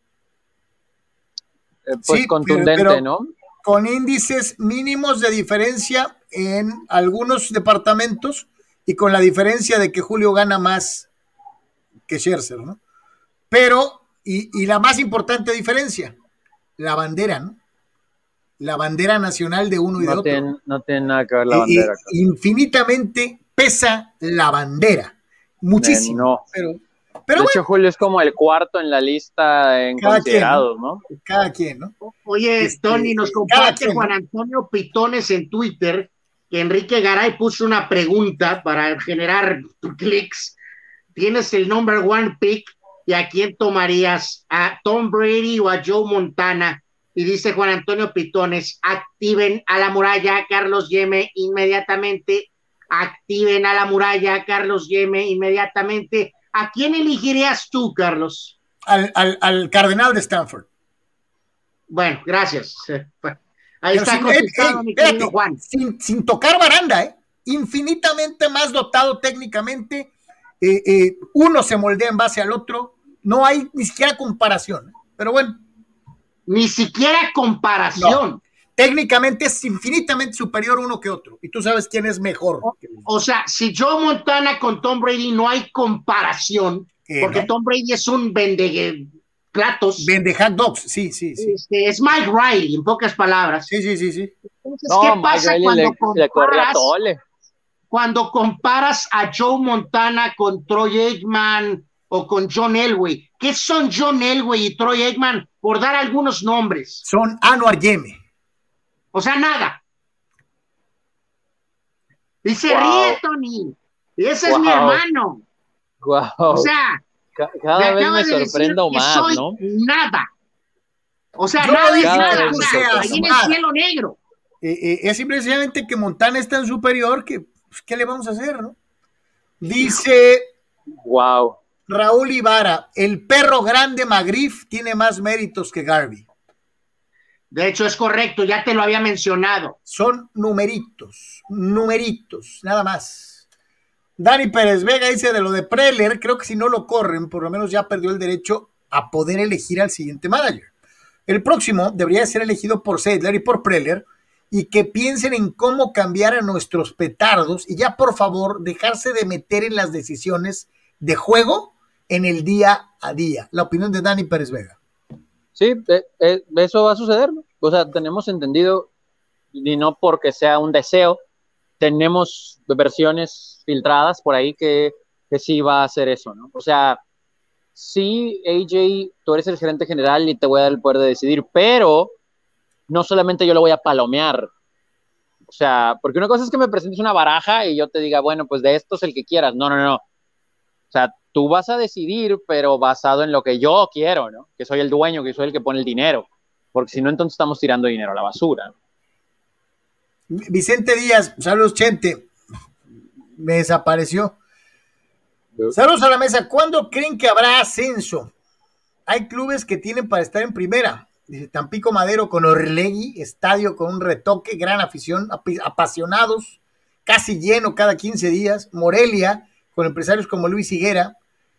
Pues sí, contundente, pero ¿no?
Con índices mínimos de diferencia en algunos departamentos y con la diferencia de que Julio gana más que Scherzer, ¿no? Pero, y la más importante diferencia, la bandera, ¿no? La bandera nacional de uno y de otro.
No tiene nada que ver la bandera.
Infinitamente pesa la bandera. Muchísimo.
No.
Pero
de hecho, Julio es como el cuarto en la lista en considerados, ¿no?
Cada quien, ¿no?
Oye, Tony, nos comparte Juan Antonio Pitones en Twitter que Enrique Garay puso una pregunta para generar clics. Tienes el number 1 pick y ¿a quién tomarías? ¿A Tom Brady o a Joe Montana? Y dice Juan Antonio Pitones, activen a la muralla, Carlos Yeme, inmediatamente. Activen a la muralla, Carlos Yeme, inmediatamente. ¿A quién elegirías tú, Carlos?
Al Cardenal de Stanford.
Bueno, gracias. Ahí está
contestado,
mi querido Juan.
Sin tocar baranda, infinitamente más dotado técnicamente. Uno se moldea en base al otro. No hay ni siquiera comparación. Pero bueno.
Ni siquiera comparación.
No. Técnicamente es infinitamente superior uno que otro. Y tú sabes quién es mejor.
O sea, si Joe Montana con Tom Brady no hay comparación, porque ¿no? Tom Brady es un platos.
Vende hot dogs, sí.
Es Mike Riley, en pocas palabras.
Sí.
Entonces, no, ¿qué pasa cuando comparas a Joe Montana con Troy Aikman o con John Elway? ¿Qué son John Elway y Troy Aikman? Por dar algunos nombres.
Son Anwar Yeme.
O sea, nada. Y se ríe, Tony. Y ese es mi hermano.
Wow.
O sea,
cada vez me sorprendo más, ¿no?
Nada. O sea, nada es nada. O sea, ahí en el cielo negro.
Es simplemente que Montana es tan superior que, pues, ¿qué le vamos a hacer, no? Dice
wow.
Raúl Ibarra, el perro grande McGriff tiene más méritos que Garvey.
De hecho, es correcto, ya te lo había mencionado.
Son numeritos, nada más. Dani Pérez Vega dice de lo de Preller, creo que si no lo corren, por lo menos ya perdió el derecho a poder elegir al siguiente manager. El próximo debería ser elegido por Seidler y por Preller, y que piensen en cómo cambiar a nuestros petardos y ya por favor dejarse de meter en las decisiones de juego en el día a día. La opinión de Dani Pérez Vega.
Sí, eso va a suceder, ¿no? O sea, tenemos entendido, y no porque sea un deseo, tenemos versiones filtradas por ahí que sí va a hacer eso, ¿no? O sea, sí, AJ, tú eres el gerente general y te voy a dar el poder de decidir, pero no solamente yo lo voy a palomear. O sea, porque una cosa es que me presentes una baraja y yo te diga, bueno, pues de esto es el que quieras. No. O sea, tú vas a decidir, pero basado en lo que yo quiero, ¿no? Que soy el dueño, que soy el que pone el dinero. Porque si no, entonces estamos tirando dinero a la basura.
Vicente Díaz, saludos, Chente. Me desapareció. Saludos a la mesa. ¿Cuándo creen que habrá ascenso? Hay clubes que tienen para estar en primera. Dice Tampico Madero con Orlegui, estadio con un retoque, gran afición, apasionados, casi lleno cada 15 días. Morelia, con empresarios como Luis Higuera,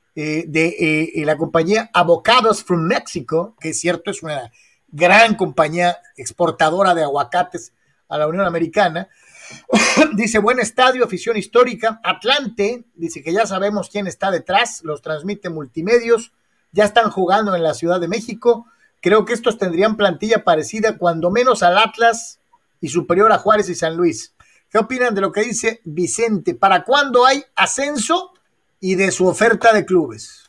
de la compañía Avocados from Mexico, que es cierto, es una gran compañía exportadora de aguacates a la Unión Americana. Dice, buen estadio, afición histórica. Atlante, dice que ya sabemos quién está detrás, los transmite Multimedios, ya están jugando en la Ciudad de México. Creo que estos tendrían plantilla parecida, cuando menos al Atlas, y superior a Juárez y San Luis. ¿Qué opinan de lo que dice Vicente? ¿Para cuándo hay ascenso y de su oferta de clubes?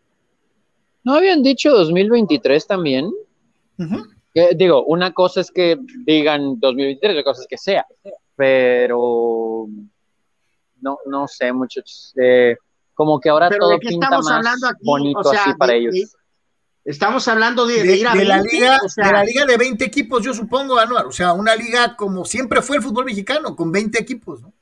¿No habían dicho 2023 también? Digo, una cosa es que digan 2023, otra cosa es que sea, pero no sé, muchachos. Como que ahora todo pinta más aquí, bonito, o sea, así para ellos.
Estamos hablando de ir a 20,
la liga,
o sea,
de la liga de 20 equipos, yo supongo, Anuar. O sea, una liga como siempre fue el fútbol mexicano, con 20 equipos, ¿no?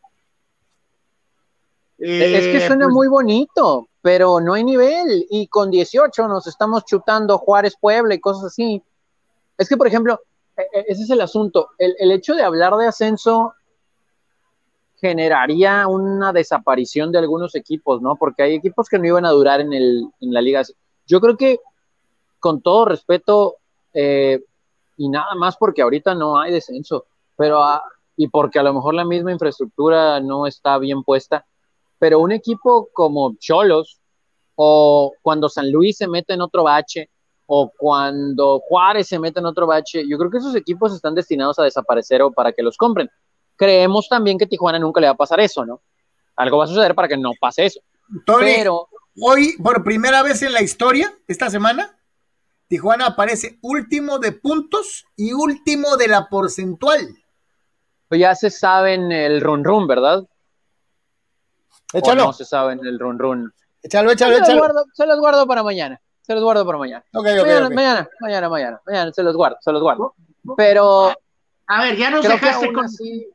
Es que suena muy bonito, pero no hay nivel. Y con 18 nos estamos chutando Juárez, Puebla y cosas así. Es que, por ejemplo, ese es el asunto. El hecho de hablar de ascenso generaría una desaparición de algunos equipos, ¿no? Porque hay equipos que no iban a durar en la liga. Yo creo que, con todo respeto, y nada más porque ahorita no hay descenso, pero y porque a lo mejor la misma infraestructura no está bien puesta, pero un equipo como Xolos, o cuando San Luis se mete en otro bache, o cuando Juárez se mete en otro bache, yo creo que esos equipos están destinados a desaparecer o para que los compren. Creemos también que Tijuana nunca le va a pasar eso, ¿no? Algo va a suceder para que no pase eso.
Tony, pero hoy, por primera vez en la historia, esta semana, Tijuana aparece último de puntos y último de la porcentual.
Pues ya se saben el run, ¿verdad?
Échalo.
¿O no se saben el run?
Échalo.
Se los guardo para mañana. Se los guardo para mañana.
Okay.
Mañana, se los guardo. Pero
a ver, ya nos
creo
dejaste
que
con...
así...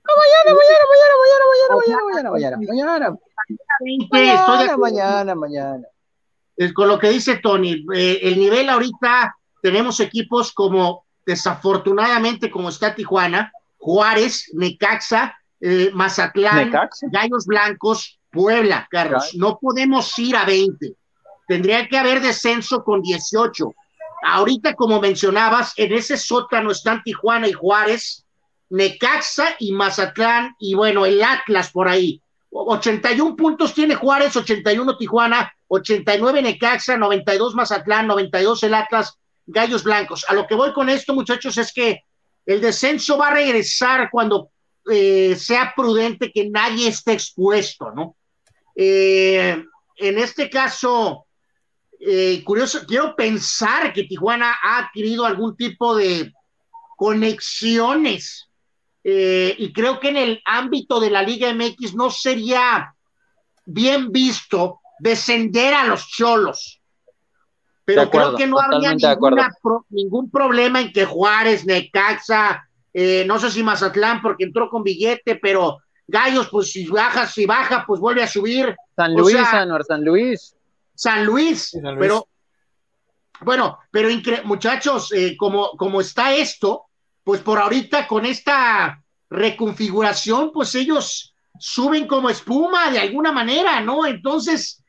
Mañana.
Con lo que dice Tony, el nivel ahorita, tenemos equipos como, desafortunadamente, como está Tijuana, Juárez, Necaxa, Mazatlán, Gallos Blancos, Puebla, Carlos. No podemos ir a 20. Tendría que haber descenso con 18. Ahorita, como mencionabas, en ese sótano están Tijuana y Juárez, Necaxa y Mazatlán, y bueno, el Atlas por ahí. 81 puntos tiene Juárez, 81 Tijuana, 89 Necaxa, 92 Mazatlán, 92 el Atlas, Gallos Blancos. A lo que voy con esto, muchachos, es que el descenso va a regresar cuando sea prudente, que nadie esté expuesto, ¿no? En este caso, curioso, quiero pensar que Tijuana ha adquirido algún tipo de conexiones, y creo que en el ámbito de la Liga MX no sería bien visto descender a los Cholos, pero
acuerdo,
creo que no habría ningún problema en que Juárez, Necaxa, no sé si Mazatlán porque entró con billete, pero Gallos, pues si baja, pues vuelve a subir.
San Luis.
Pero bueno, pero muchachos, como está esto, pues por ahorita con esta reconfiguración, pues ellos suben como espuma de alguna manera, ¿no? Entonces,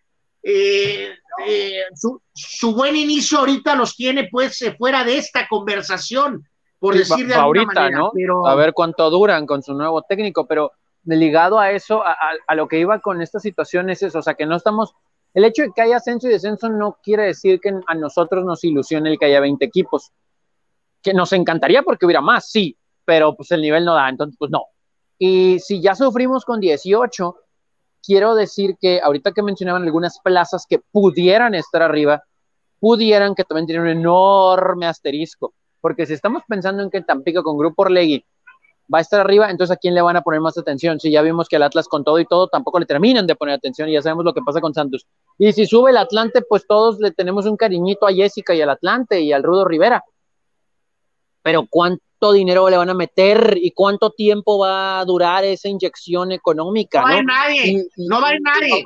su buen inicio ahorita los tiene pues fuera de esta conversación, por decir de alguna manera.
¿No?
Pero...
A ver cuánto duran con su nuevo técnico, pero ligado a eso, a lo que iba con esta situación es eso, o sea, que no estamos... El hecho de que haya ascenso y descenso no quiere decir que a nosotros nos ilusione el que haya 20 equipos. Que nos encantaría porque hubiera más, sí, pero pues el nivel no da, entonces pues no. Y si ya sufrimos con 18, quiero decir que ahorita que mencionaban algunas plazas que pudieran estar arriba, pudieran que también tienen un enorme asterisco, porque si estamos pensando en que Tampico con Grupo Orlegui va a estar arriba, entonces ¿a quién le van a poner más atención? Si ya vimos que al Atlas con todo y todo tampoco le terminan de poner atención y ya sabemos lo que pasa con Santos. Y si sube el Atlante, pues todos le tenemos un cariñito a Jessica y al Atlante y al Rudo Rivera. Pero ¿cuánto dinero le van a meter y cuánto tiempo va a durar esa inyección económica?
No va a ir nadie, no va a ir nadie.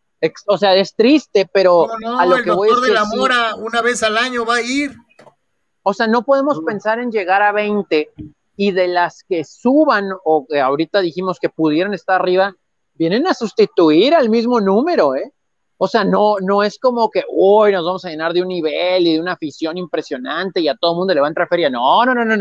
O sea, es triste, pero
no,
a lo
el
que voy
doctor
es
de
que
la Mora una vez al año va a ir.
O sea, no podemos pensar en llegar a 20 y de las que suban o que ahorita dijimos que pudieran estar arriba, vienen a sustituir al mismo número, ¿eh? O sea, no es como que hoy nos vamos a llenar de un nivel y de una afición impresionante y a todo el mundo le va a entrar feria. No.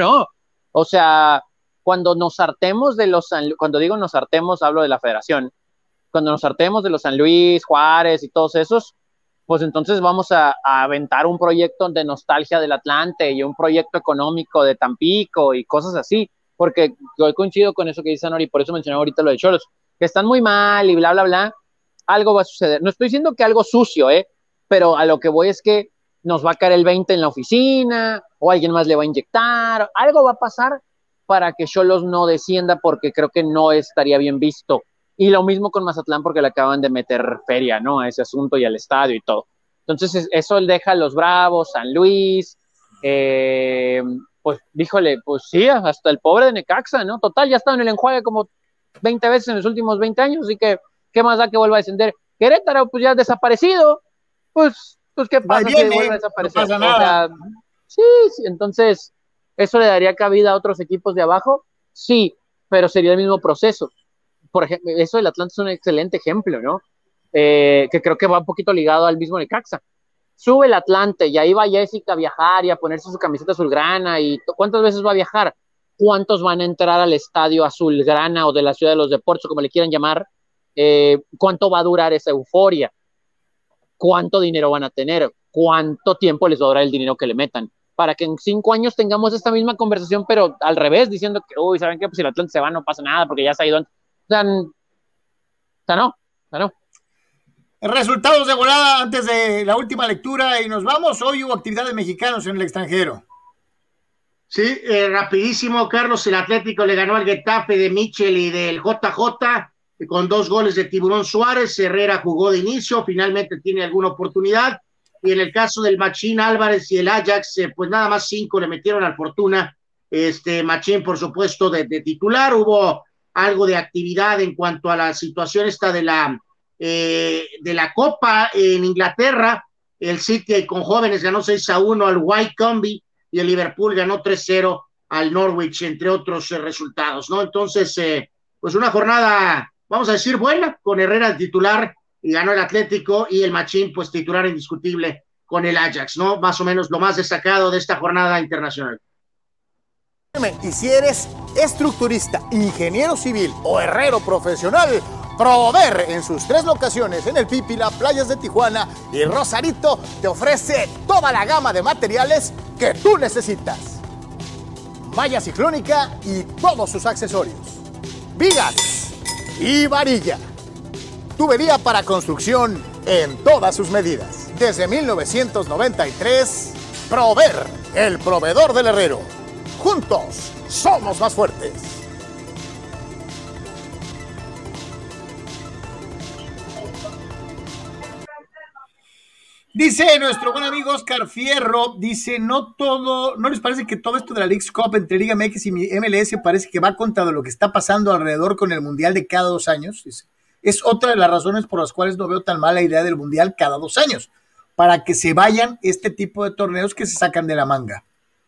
O sea, cuando nos hartemos de cuando digo nos hartemos, hablo de la federación. Cuando nos hartemos de los San Luis, Juárez y todos esos, pues entonces vamos a aventar un proyecto de nostalgia del Atlante y un proyecto económico de Tampico y cosas así, porque yo coincido con eso que dice Nori, por eso mencionaba ahorita lo de Cholos, que están muy mal y bla, bla, bla, algo va a suceder. No estoy diciendo que algo sucio, pero a lo que voy es que nos va a caer el 20 en la oficina, o alguien más le va a inyectar, algo va a pasar para que Cholos no descienda, porque creo que no estaría bien visto. Y lo mismo con Mazatlán, porque le acaban de meter feria, ¿no? A ese asunto y al estadio y todo. Entonces, eso deja a los Bravos, San Luis, pues, díjole, pues sí, hasta el pobre de Necaxa, ¿no? Total, ya estaba en el enjuague como 20 veces en los últimos 20 años, así que, ¿qué más da que vuelva a descender? Querétaro, pues ya desaparecido, pues ¿qué pasa si vuelve a desaparecer?
No pasa nada.
O sea, sí, entonces, ¿eso le daría cabida a otros equipos de abajo? Sí, pero sería el mismo proceso. Por ejemplo, eso del Atlante es un excelente ejemplo, ¿no? Que creo que va un poquito ligado al mismo Necaxa. Sube el Atlante y ahí va Jessica a viajar y a ponerse su camiseta azulgrana. ¿Y cuántas veces va a viajar? ¿Cuántos van a entrar al estadio azulgrana o de la Ciudad de los Deportes, como le quieran llamar? ¿Cuánto va a durar esa euforia? ¿Cuánto dinero van a tener? ¿Cuánto tiempo les va a durar el dinero que le metan? Para que en 5 años tengamos esta misma conversación, pero al revés, diciendo que, uy, ¿saben qué? Pues si el Atlante se va, no pasa nada, porque ya se ha ido antes. O sea, no.
Resultados de volada antes de la última lectura y nos vamos. Hoy hubo actividad de mexicanos en el extranjero.
Sí, rapidísimo, Carlos. El Atlético le ganó al Getafe de Michel y del JJ con 2 goles de Tiburón Suárez. Herrera jugó de inicio, finalmente tiene alguna oportunidad. y en el caso del Machín Álvarez y el Ajax, pues nada más 5 le metieron al Fortuna. Machín, por supuesto, de titular. Hubo algo de actividad en cuanto a la situación esta de la Copa en Inglaterra. El City con jóvenes ganó 6-1 al Wycombe y el Liverpool ganó 3-0 al Norwich, entre otros resultados, ¿no? Entonces, pues una jornada, vamos a decir, buena, con Herrera de titular, y ganó el Atlético, y el Machín, pues titular indiscutible con el Ajax, ¿no? Más o menos lo más destacado de esta jornada internacional.
Y si eres estructurista, ingeniero civil o herrero profesional, Prover en sus 3 locaciones en el Pípila, Playas de Tijuana y Rosarito te ofrece toda la gama de materiales que tú necesitas. Malla ciclónica y todos sus accesorios. Vigas y varilla. Tubería para construcción en todas sus medidas. Desde 1993, Prover, el proveedor del herrero. Juntos somos más fuertes. Dice nuestro buen amigo Oscar Fierro, dice, ¿no les parece que todo esto de la Leagues Cup entre Liga MX y MLS parece que va contra lo que está pasando alrededor con el Mundial de cada 2 años? Dice, es otra de las razones por las cuales no veo tan mala idea del Mundial cada 2 años, para que se vayan este tipo de torneos que se sacan de la manga.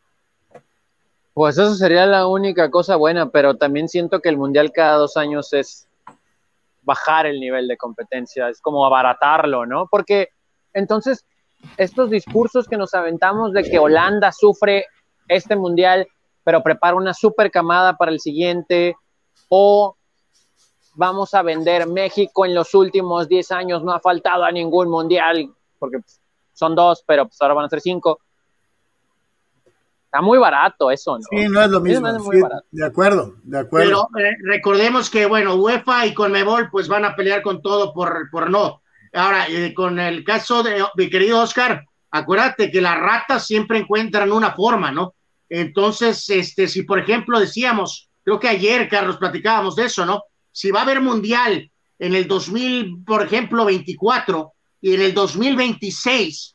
Pues eso sería la única cosa buena, pero también siento que el Mundial cada 2 años es bajar el nivel de competencia, es como abaratarlo, ¿no? Porque entonces estos discursos que nos aventamos de que Holanda sufre este Mundial, pero prepara una super camada para el siguiente, o vamos a vender México en los últimos 10 años, no ha faltado a ningún Mundial, porque son 2, pero pues ahora van a ser 5. Está muy barato eso, ¿no?
Sí, no es lo mismo. Sí, de acuerdo.
Pero recordemos que, bueno, UEFA y Conmebol pues van a pelear con todo por no. Ahora, con el caso de mi querido Oscar, acuérdate que las ratas siempre encuentran una forma, ¿no? Entonces, si por ejemplo decíamos, creo que ayer, Carlos, platicábamos de eso, ¿no? Si va a haber mundial en el 2000, por ejemplo, 24 y en el 2026,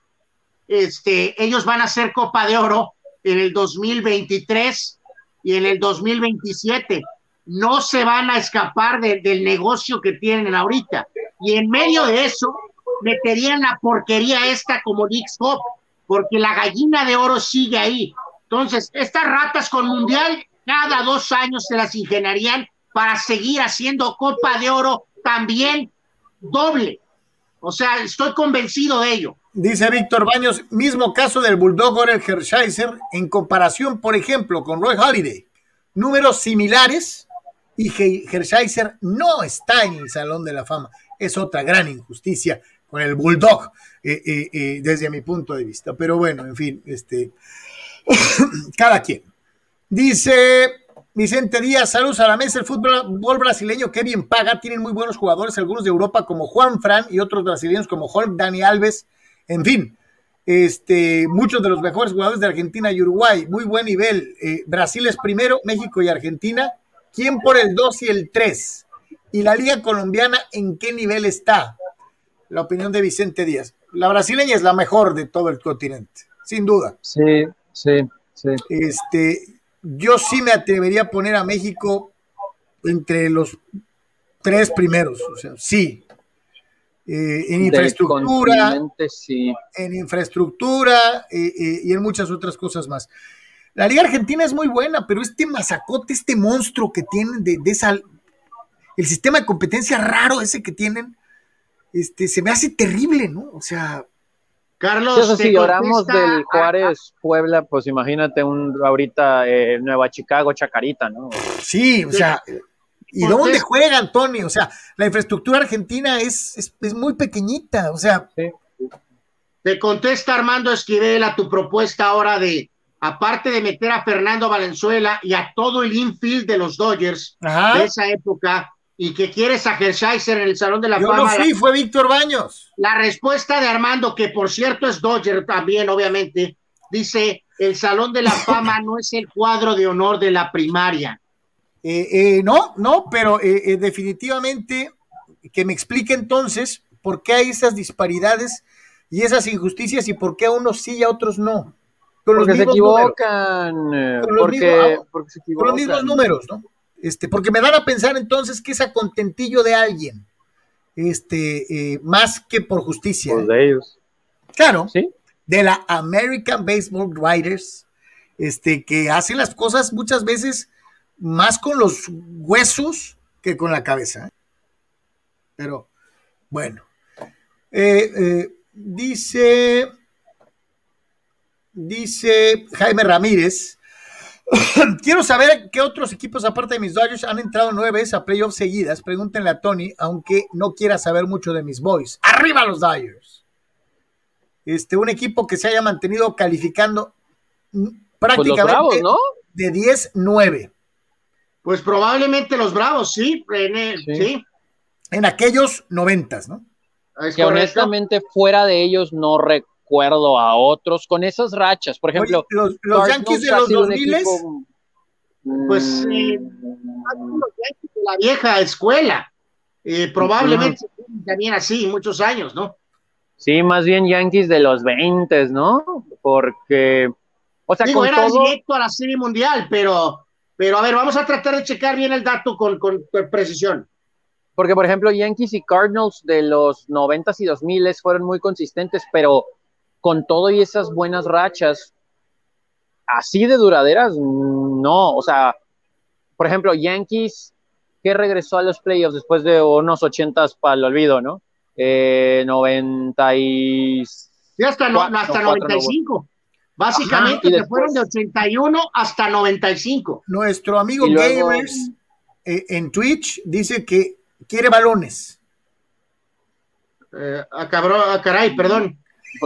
ellos van a hacer Copa de Oro en el 2023 y en el 2027. No se van a escapar del negocio que tienen ahorita. Y en medio de eso, meterían la porquería esta como Leagues Cup, porque la gallina de oro sigue ahí. Entonces, estas ratas con mundial, cada 2 años se las ingeniarían para seguir haciendo Copa de Oro también doble. O sea, estoy convencido de ello.
Dice Víctor Baños, mismo caso del Bulldog Orel Hershiser, en comparación, por ejemplo, con Roy Halladay. Números similares y Hershiser no está en el Salón de la Fama. Es otra gran injusticia con el Bulldog, desde mi punto de vista. Pero bueno, en fin, cada quien. Dice Vicente Díaz, saludos a la mesa. El fútbol brasileño que bien paga, tienen muy buenos jugadores, algunos de Europa como Juan Fran y otros brasileños como Hulk, Dani Alves, en fin, muchos de los mejores jugadores de Argentina y Uruguay, muy buen nivel. Brasil es primero, México y Argentina. ¿Quién por el 2 y el 3? ¿Y la liga colombiana en qué nivel está? La opinión de Vicente Díaz. La brasileña es la mejor de todo el continente, sin duda.
Sí.
Yo sí me atrevería a poner a México entre los 3 primeros, o sea, sí. En infraestructura,
sí.
En infraestructura y en muchas otras cosas más. La Liga Argentina es muy buena, pero este mazacote, este monstruo que tienen el sistema de competencia raro ese que tienen, se me hace terrible, ¿no? O sea,
Carlos,
sí, eso si lloramos del Juárez Puebla, pues imagínate ahorita Nueva Chicago, Chacarita, ¿no?
Sí, o sea, ¿y dónde juegan, Tony? O sea, la infraestructura argentina es muy pequeñita, o sea.
Sí. Te contesta Armando Esquivel a tu propuesta ahora de, aparte de meter a Fernando Valenzuela y a todo el infield de los Dodgers de esa época, y que quieres a Hershiser en el Salón de la Fama.
Yo no fui, fue Víctor Baños.
La respuesta de Armando, que por cierto es Dodger también, obviamente, dice, el Salón de la Fama no es el cuadro de honor de la primaria.
No, pero definitivamente que me explique entonces por qué hay esas disparidades y esas injusticias y por qué a unos sí y a otros no. Con los
Porque se
mismos
equivocan, porque se
con los mismos
equivocan.
números, ¿no? Porque me dan a pensar entonces que es a contentillo de alguien, más que por justicia.
Pues de ellos.
Claro,
¿Sí?
de la American Baseball Writers, que hacen las cosas muchas veces más con los huesos que con la cabeza. Pero, bueno. Dice Jaime Ramírez, quiero saber qué otros equipos aparte de mis Dodgers han entrado 9 veces a playoffs seguidas. Pregúntenle a Tony, aunque no quiera saber mucho de mis boys. ¡Arriba los Dodgers! Un equipo que se haya mantenido calificando prácticamente
pues los Bravos, ¿no?
de 10-9.
Pues probablemente los Bravos, sí, sí.
En aquellos 90s, ¿no?
Es
que
correcto.
honestamente fuera de ellos no recuerdo a otros con esas rachas. Por ejemplo,
oye, los Yankees de los 2000,
pues los Yankees de la vieja escuela, probablemente también así muchos años, ¿no?
Sí, más bien Yankees de los 20, ¿no? Porque, o sea,
digo,
con
era
todo...
directo a la Serie Mundial, pero a ver, vamos a tratar de checar bien el dato con precisión.
Porque, por ejemplo, Yankees y Cardinals de los 90s y 2000s fueron muy consistentes, pero con todo y esas buenas rachas, así de duraderas, no. O sea, por ejemplo, Yankees, que regresó a los playoffs después de unos 80s para el olvido, ¿no? 90 y...
Sí, hasta 95. Básicamente se fueron de 81 hasta 95.
Nuestro amigo
luego...
Gamers en Twitch dice que quiere balones.
Caray, perdón.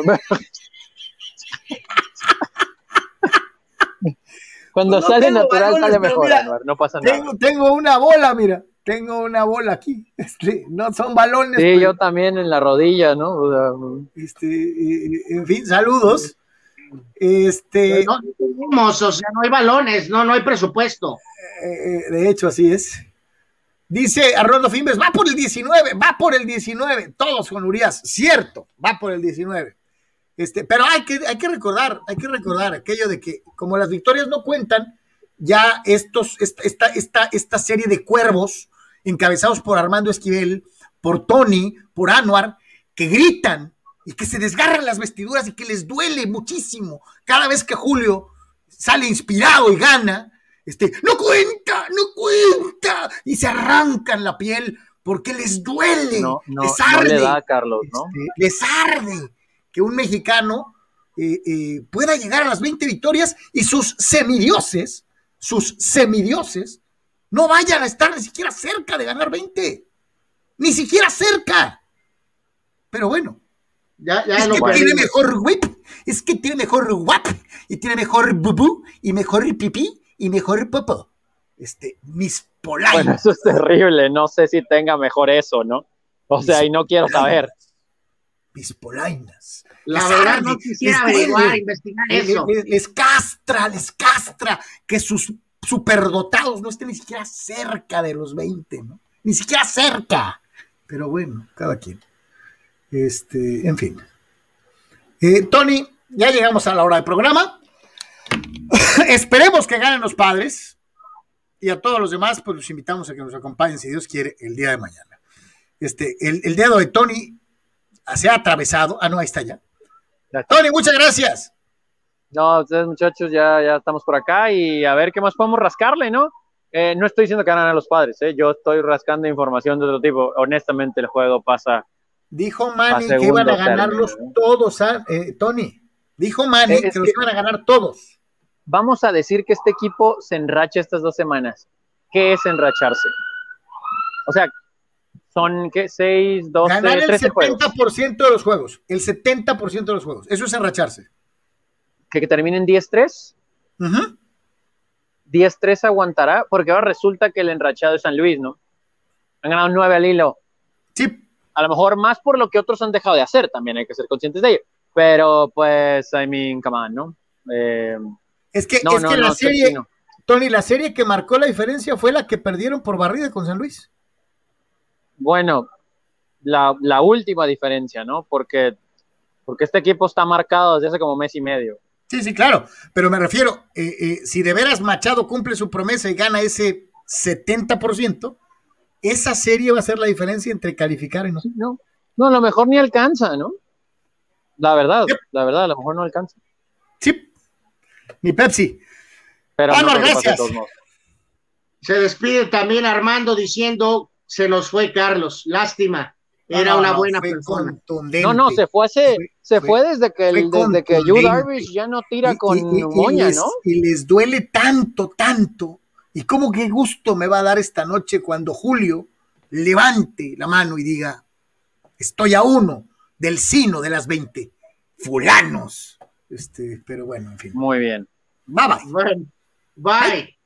Cuando sale natural
balones,
sale mejor,
mira,
Anuar, no pasa nada.
Tengo una bola, mira. Tengo una bola aquí. No son balones.
Sí,
pero,
yo también en la rodilla, ¿no? O sea,
en fin, saludos.
No tenemos, o sea, no hay balones, no hay presupuesto.
De hecho, así es. Dice Arnoldo Fimbres, va por el 19, todos con Urias, cierto, va por el 19. Pero hay que recordar aquello de que como las victorias no cuentan, ya esta serie de cuervos encabezados por Armando Esquivel, por Tony, por Anuar, que gritan y que se desgarran las vestiduras y que les duele muchísimo cada vez que Julio sale inspirado y gana, no cuenta, y se arrancan la piel porque les duele, les arde,
no le da, Carlos, ¿no?
Les arde que un mexicano pueda llegar a las 20 victorias y sus semidioses no vayan a estar ni siquiera cerca de ganar 20, ni siquiera cerca. Pero bueno, es que tiene mejor whip, y tiene mejor bubú, y mejor pipí, y mejor popó. Mis polainas.
Bueno, eso es terrible, no sé si tenga mejor eso, ¿no? O sea, y no quiero saber.
Mis polainas.
La verdad no quisiera averiguar, investigar eso.
Les castra que sus superdotados no estén ni siquiera cerca de los 20, ¿no? Ni siquiera cerca. Pero bueno, cada quien. En fin. Tony, ya llegamos a la hora del programa. Esperemos que ganen los Padres. Y a todos los demás, pues los invitamos a que nos acompañen, si Dios quiere, el día de mañana. El dedo de Tony se ha atravesado. Ah, no, ahí está ya. Tony, muchas gracias.
No, ustedes muchachos, ya estamos por acá y a ver qué más podemos rascarle, ¿no? No estoy diciendo que ganan a los Padres, yo estoy rascando información de otro tipo. Honestamente, el juego pasa.
Dijo Manny que iban a ganarlos todos, Tony. Dijo Manny que los iban a ganar todos.
Vamos a decir que este equipo se enracha estas 2 semanas. ¿Qué es enracharse? O sea, son, ¿qué? 6, 12,
ganar el
13
70%
juegos.
de los juegos. El 70% de los juegos. Eso es enracharse.
Que terminen 10-3. 10-3 aguantará, porque ahora resulta que el enrachado es San Luis, ¿no? Han ganado 9 al hilo.
Sí.
A lo mejor más por lo que otros han dejado de hacer, también hay que ser conscientes de ello. Pero, pues, come on, ¿no?
Es que la serie, Tony, la serie que marcó la diferencia fue la que perdieron por barrida con San Luis.
Bueno, la última diferencia, ¿no? Porque porque este equipo está marcado desde hace como mes y medio.
Sí, sí, claro, pero me refiero, si de veras Machado cumple su promesa y gana ese 70%, esa serie va a ser la diferencia entre calificar y no.
No, a lo mejor ni alcanza, ¿no? La verdad, a lo mejor no alcanza.
Sí, ni Pepsi.
Pero
Álvaro, gracias.
Se despide también Armando diciendo, se nos fue Carlos, lástima. Era una buena persona.
No, se fue desde que Yu Darvish ya no tira con moña, ¿no?
Y les duele tanto, y cómo qué gusto me va a dar esta noche cuando Julio levante la mano y diga, estoy a uno del sino de las 20 fulanos. Pero bueno, en fin.
Muy bien.
Bye bye.
Bueno, bye.